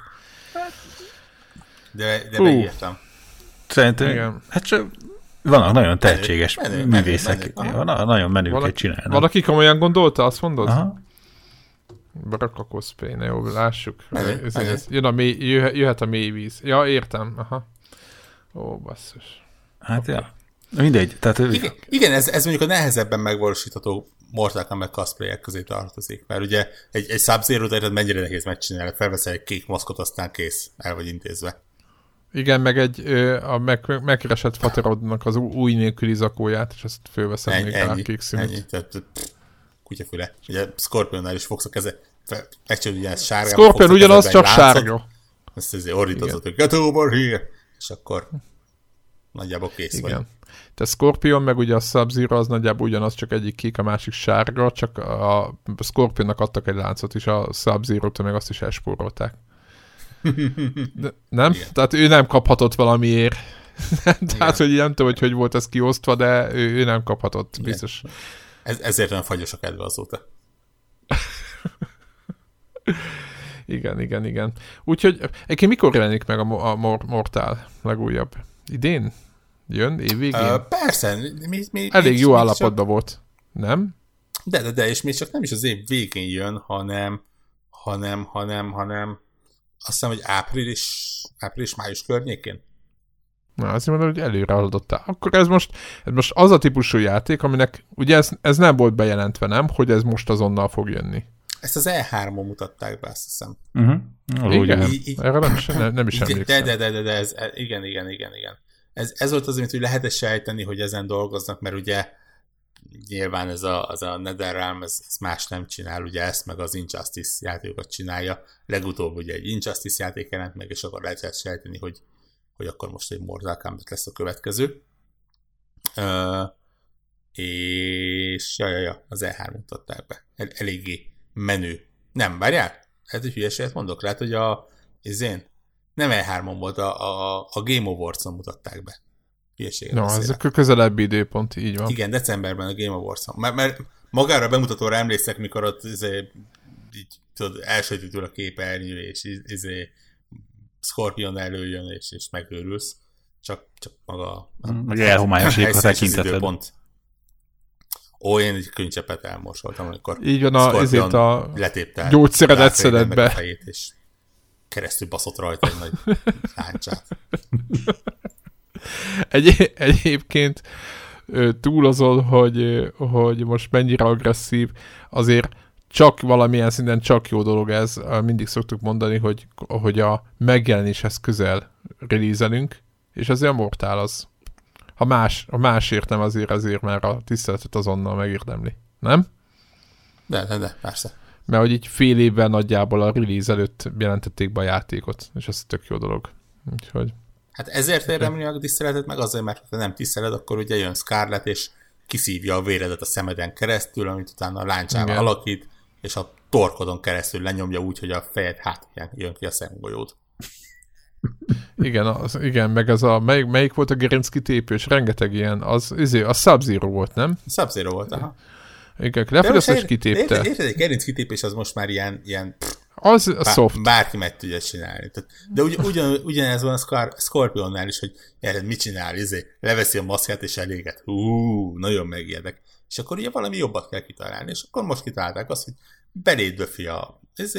De beírtam. Szerintem, igen. Hát csak vannak nagyon tehetséges művészek. Nagyon menőket csinálnak. Valaki komolyan gondolta, azt mondod? Aha. Baraka cosplay, ne jó, lássuk. Jöhet a mély víz. Ja, értem. Aha. Ó, basszus. Hát okay. Ja. Mindegy. Tehát, igen, ez mondjuk a nehezebben megvalósítható Mortal Kombat cosplayek közé tartozik. Mert ugye egy Sub-Zero-t mennyire nehéz megcsinálni. Felveszel egy kék maszkot, aztán kész. El vagy intézve. Igen, meg a megkeresett Faterodnak az új nélküli zakóját, és ezt fölveszem még rá kék színűt. Ennyi, tehát kutyafüle. Ugye Scorpionnál is fogsz a keze, megcsinálod ugye ezt sárgába. Scorpion ugyanaz, csak sárga. Ezt azért ordítozott, hogy get over here, és akkor nagyjából kész igen. Vagy. Tehát Scorpion, meg ugye a Sub-Zero az nagyjából ugyanaz, csak egyik kék, a másik sárga, csak a Scorpionnak adtak egy láncot is, a Sub-Zero-től meg azt is elspórolták. De, nem? Igen. Tehát ő nem kaphatott valamiért. Tehát, hogy nem tudom, hogy volt ez kiosztva, de ő nem kaphatott, igen. Biztos. Ezért olyan fagyos a kedve azóta. Igen. Úgyhogy egyébként mikor jelenik meg a Mortal legújabb? Idén? Jön? Évvégén? Persze. Elég jó állapotban volt. Nem? De, és még csak nem is az év végén jön, hanem azt hiszem, hogy április-május környékén. Na, azért mondom, hogy előre haladottál. Akkor ez most az a típusú játék, aminek ugye ez nem volt bejelentve, nem? Hogy ez most azonnal fog jönni. Ezt az E3-on mutatták be, azt hiszem. Igen, erre nem is emlékszem. De ez, igen. Ez volt az, amit hogy lehet sejteni, hogy ezen dolgoznak, mert ugye nyilván ez a NetherRealm, ez más nem csinál, ugye ezt meg az Injustice játékokat csinálja. Legutóbb ugye egy Injustice játék jelent meg, és akkor lehet sejteni, hogy akkor most egy Mortal Kombat lesz a következő. És az E3 mutatták be. Eléggé menő. Nem, várjál? Hát egy hülyeséget mondok. Lehet, hogy nem E3-on volt, a Game Awards-on mutatták be. Hülyeséget ez a közelebbi időpont, így van. Igen, decemberben a Game Awards-on. Mert magára a bemutatóra emlékszek, mikor ott így, tudod, elsötítül a képernyő, és Scorpion előjön, és megőrülsz. Csak maga meg elhomályosítva tekinteted. Én egy könycsepet elmosoltam, amikor így van, ezért a letépte gyógyszeredet szedett be. Fejét, és keresztül baszott rajta egy nagy láncsát. Egyébként túl azon, hogy most mennyire agresszív, azért csak valamilyen szinten csak jó dolog ez. Mindig szoktuk mondani, hogy a megjelenéshez közel release-elünk, és azért a Mortal az. Ha másért nem, azért már a tiszteletet azonnal megérdemli. Nem? De, persze. Mert hogy így fél évvel nagyjából a release előtt jelentették be a játékot, és ez tök jó dolog. Úgyhogy... Hát ezért érdemli a tiszteletet, meg azért, mert ha nem tiszteled, akkor ugye jön Scarlet, és kiszívja a véredet a szemeden keresztül, amit utána a láncsával alakít, és a torkodon keresztül lenyomja úgy, hogy a fejed hátján jön ki a szemgolyód. Igen, meg ez melyik volt a gerincki tépős? Rengeteg ilyen, a Sub-Zero volt, nem? Sub-Zero volt, aha. Igen, lefelőször is kitépte. Érted, egy gerinc kitépés az most már ilyen az a soft. Bárki meg tudja csinálni. De ugyanez van a Scorpionnál is, hogy érted, mit csinál, leveszi a maszkát és eléget. Nagyon megijedek. És akkor ugye valami jobbat kell kitalálni, és akkor most kitalálták azt, hogy beléd döfi a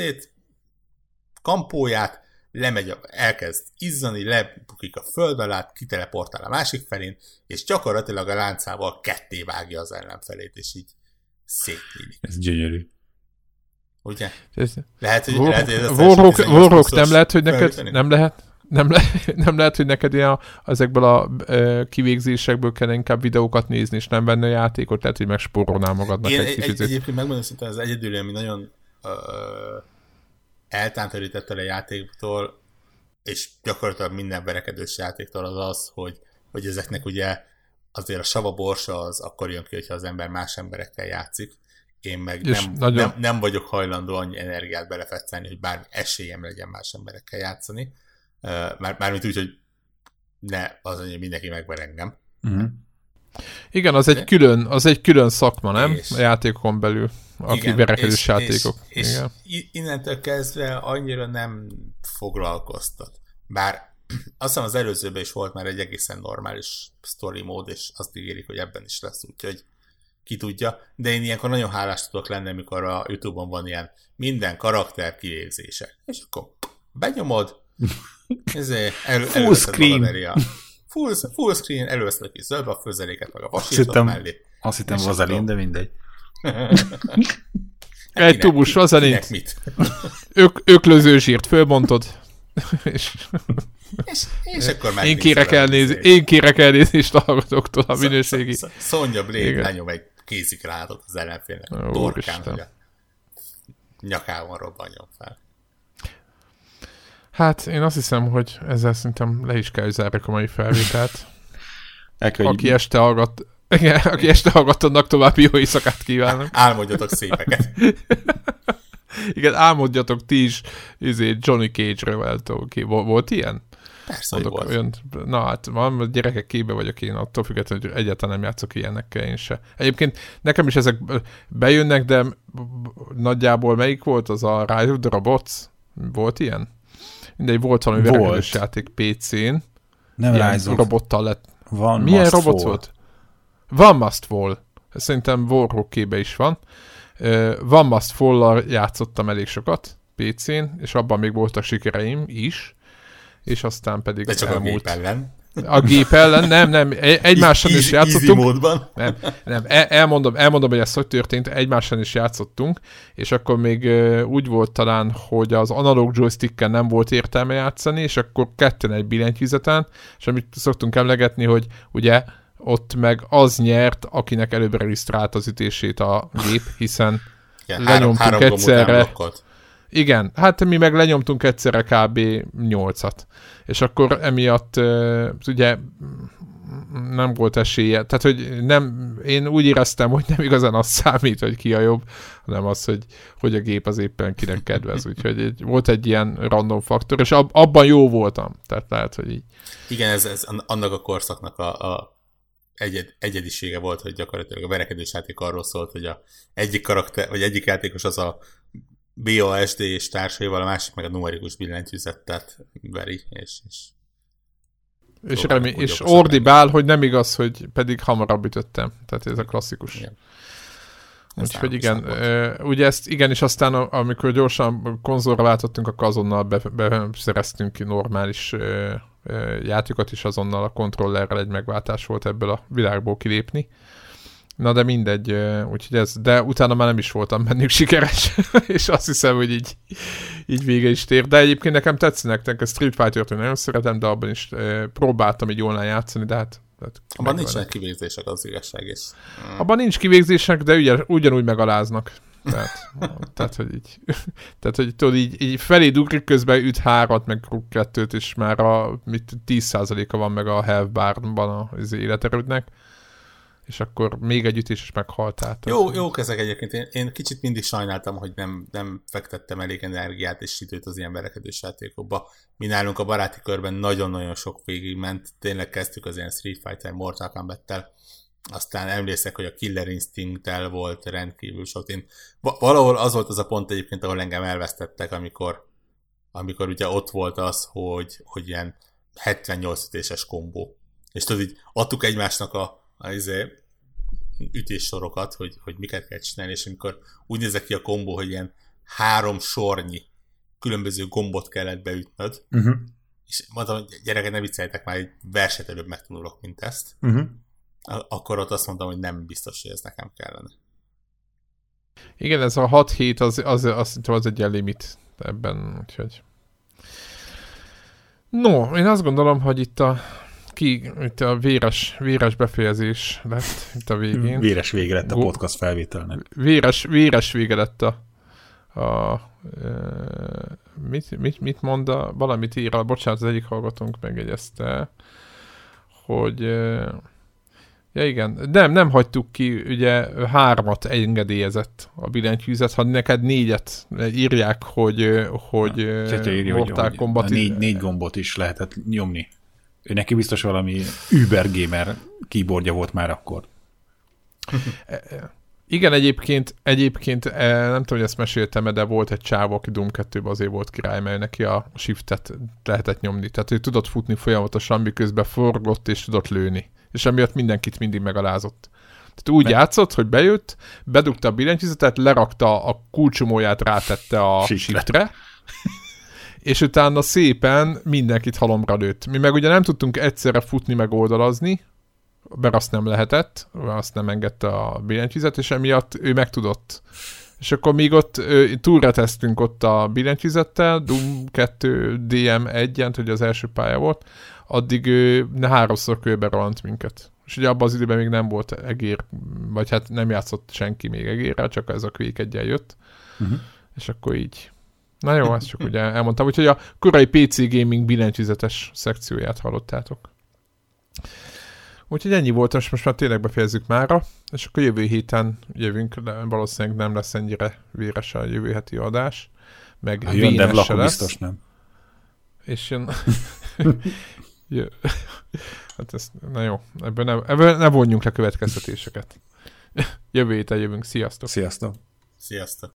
kampóját, elkezd izzani, lebukik a föld alá, kiteleportál a másik felén, és gyakorlatilag a láncával ketté vágja az ellenfelét, és így szétnyílik. Ez gyönyörű. Ugye? Lehet, hogy Warhawk nem lehet, hogy neked nem lehet, hogy neked ilyen ezekből a kivégzésekből kell inkább videókat nézni, és nem venni a játékot, lehet, hogy megspórolnál magadnak egy kicsit. Egyébként megmondom szintén az egyedül, ami nagyon eltántorített el a játéktól, és gyakorlatilag minden verekedős játéktól az, hogy ezeknek ugye azért a sava borsa az akkor jön ki, hogyha az ember más emberekkel játszik. Én meg nem vagyok hajlandó annyi energiát belefetszelni, hogy bármi esélyem legyen más emberekkel játszani. Mármint úgy, hogy hogy mindenki megver engem. Uh-huh. Igen, az egy külön szakma, nem? A játékon belül, aki verekedős játékok. És innentől kezdve annyira nem foglalkoztat. Bár azt hiszem az előzőben is volt már egy egészen normális story mód, és azt ígérik, hogy ebben is lesz, úgyhogy ki tudja. De én ilyenkor nagyon hálás tudok lenni, amikor a YouTube-on van ilyen minden karakter kivégzése. És akkor benyomod, full screen. Full screen, először ki zöld a főzeléket, meg a vasított mellé. Azt hittem vazelin, de mindegy. Egy tubus vazelint. Öklöző zsírt fölbontod. És akkor már én kérek elnézést a hallgatóktól a minőségi. Sonja Blade lenyom egy kézikrátot az ellenfélnek a torkán, hogy a nyakában robbanjon fel. Hát én azt hiszem, hogy ezzel szerintem le is kell zárjuk a mai felvételt. Aki este hallgat, annak további jó éjszakát kívánok. Álmodjatok szépeket. Igen, álmodjatok ti is Johnny Cage-ről. Volt ilyen? Persze, hogy volt. Na hát, a gyerekek képbe vagyok én, attól függetlenül, hogy egyáltalán nem játszok ilyenekkel én se. Egyébként nekem is ezek bejönnek, de nagyjából melyik volt az a Rise of the Robots? Volt ilyen? Mindegy, volt valami verekedős játék PC-n. Nem Rise of. Robottal lett. Milyen robot volt? Van Must Fall. Szerintem Warhawk-kébe is van. Van Must Fall-lal játszottam elég sokat. PC-n, és abban még voltak sikereim is, és aztán pedig de csak elmúlt. A gép ellen. A gép ellen, nem, egymással is játszottunk. Easy módban. Nem, elmondom, hogy ez hogy történt, egymással is játszottunk, és akkor még úgy volt talán, hogy az analóg joysticken nem volt értelme játszani, és akkor ketten egy billentyűzeten, és amit szoktunk emlegetni, hogy ugye ott meg az nyert, akinek előbb regisztrált az ütését a gép, hiszen lenyomtunk egyszerre. Igen, hát mi meg lenyomtunk egyszerre kb. 8-at. És akkor emiatt ugye nem volt esélye. Tehát, hogy nem, én úgy éreztem, hogy nem igazán az számít, hogy ki a jobb, hanem az, hogy a gép az éppen kinek kedvez. Úgyhogy volt egy ilyen random faktor, és abban jó voltam. Tehát lehet, hogy így. Igen, ez annak a korszaknak a egyedisége volt, hogy gyakorlatilag a verekedős játék arról szólt, hogy egyik karakter, vagy egyik játékos az a BASD és társaival, a másik meg a numerikus billentyűzettet veri, és ordibál, hogy nem igaz, hogy pedig hamarabb ütöttem. Tehát ez a klasszikus. Igen. Úgyhogy igen, ugye ezt igen, és aztán amikor gyorsan konzolra váltottunk, akkor azonnal beszereztünk normális játékokat, és azonnal a kontrollerrel egy megváltás volt ebből a világból kilépni. Na de mindegy, úgyhogy ez, de utána már nem is voltam bennük sikeres, és azt hiszem, hogy így vége is tér. De egyébként nekem tetszenek, a Street Fighter-t nagyon szeretem, de abban is próbáltam így online játszani, de hát abban nincsenek kivégzések, az igazság is. Abban nincs kivégzések, de ugyanúgy megaláznak. Tehát, hogy tudod, így felé ugrik, közben üt 3-at, meg 2-t, és már 10%-a van meg a health barban az életerődnek, és akkor még egy ütés is meghaltál. Jók ezek egyébként. Én kicsit mindig sajnáltam, hogy nem fektettem elég energiát és időt az ilyen verekedős játékokba. Mi nálunk a baráti körben nagyon-nagyon sok végig ment. Tényleg kezdtük az ilyen Street Fighter, Mortal Kombat-tel. Aztán emlékszek, hogy a Killer Instinct-tel volt rendkívül sok. Valahol az volt az a pont egyébként, ahol engem elvesztettek, amikor ugye ott volt az, hogy ilyen 78 ütéses kombó. És tudod, így adtuk egymásnak az ütéssorokat, hogy miket kell csinálni, és amikor úgy nézett ki a kombó, hogy ilyen 3 sornyi különböző gombot kellett beütnöd, és mondtam, hogy gyerekek, ne vicceljetek, már egy verset előbb megtanulok, mint ezt. Akkor ott azt mondtam, hogy nem biztos, hogy ez nekem kellene. Igen, ez a 6-7 az egy ilyen limit ebben, úgyhogy. No, én azt gondolom, hogy itt a véres befejezés lett itt a végén. Véres vége lett a podcast felvételnek. Véres vége lett mit mond valamit ír, bocsánat, az egyik hallgatónk megjegyezte, hogy ja igen, nem hagytuk ki, ugye 3-at engedélyezett a billentyűzet, ha neked 4-et írják, hogy Mortal Kombat... 4 gombot is lehetett nyomni. Ő neki biztos valami Uber Gamer keyboardja volt már akkor. Igen, egyébként nem tudom, hogy ezt meséltem, de volt egy csávó, aki Doom 2-ben azért volt király, mert neki a shiftet lehetett nyomni. Tehát ő tudott futni folyamatosan, miközben forgott és tudott lőni. És emiatt mindenkit mindig megalázott. Tehát úgy játszott, hogy bejött, bedugta a billentyűzetet, lerakta a kulcsomóját, rátette a shiftre, és utána szépen mindenkit halomra lőtt. Mi meg ugye nem tudtunk egyszerre futni, meg oldalazni, mert azt nem lehetett, azt nem engedte a billentyűzet, és emiatt ő megtudott. És akkor még ott túlretesztünk ott a billentyűzettel, Doom 2 DM1-en, hogy az első pálya volt, addig ő 3-szor körbe rohant minket. És ugye abban az időben még nem volt egér, vagy hát nem játszott senki még egérrel, csak ez a Quake 1-jel jött. És akkor így. Na jó, ezt csak ugye elmondtam. Úgyhogy a korai PC Gaming billentyűzetes szekcióját hallottátok. Úgyhogy ennyi volt, most már tényleg befejezzük mára, és akkor jövő héten jövünk, valószínűleg nem lesz ennyire véres a jövő heti adás, meg vénes se lesz. Biztos nem. És jön... hát ez, na jó, ebből ne vonjunk le következtetéseket. Jövő héten jövünk, sziasztok! Sziasztok! Sziasztok!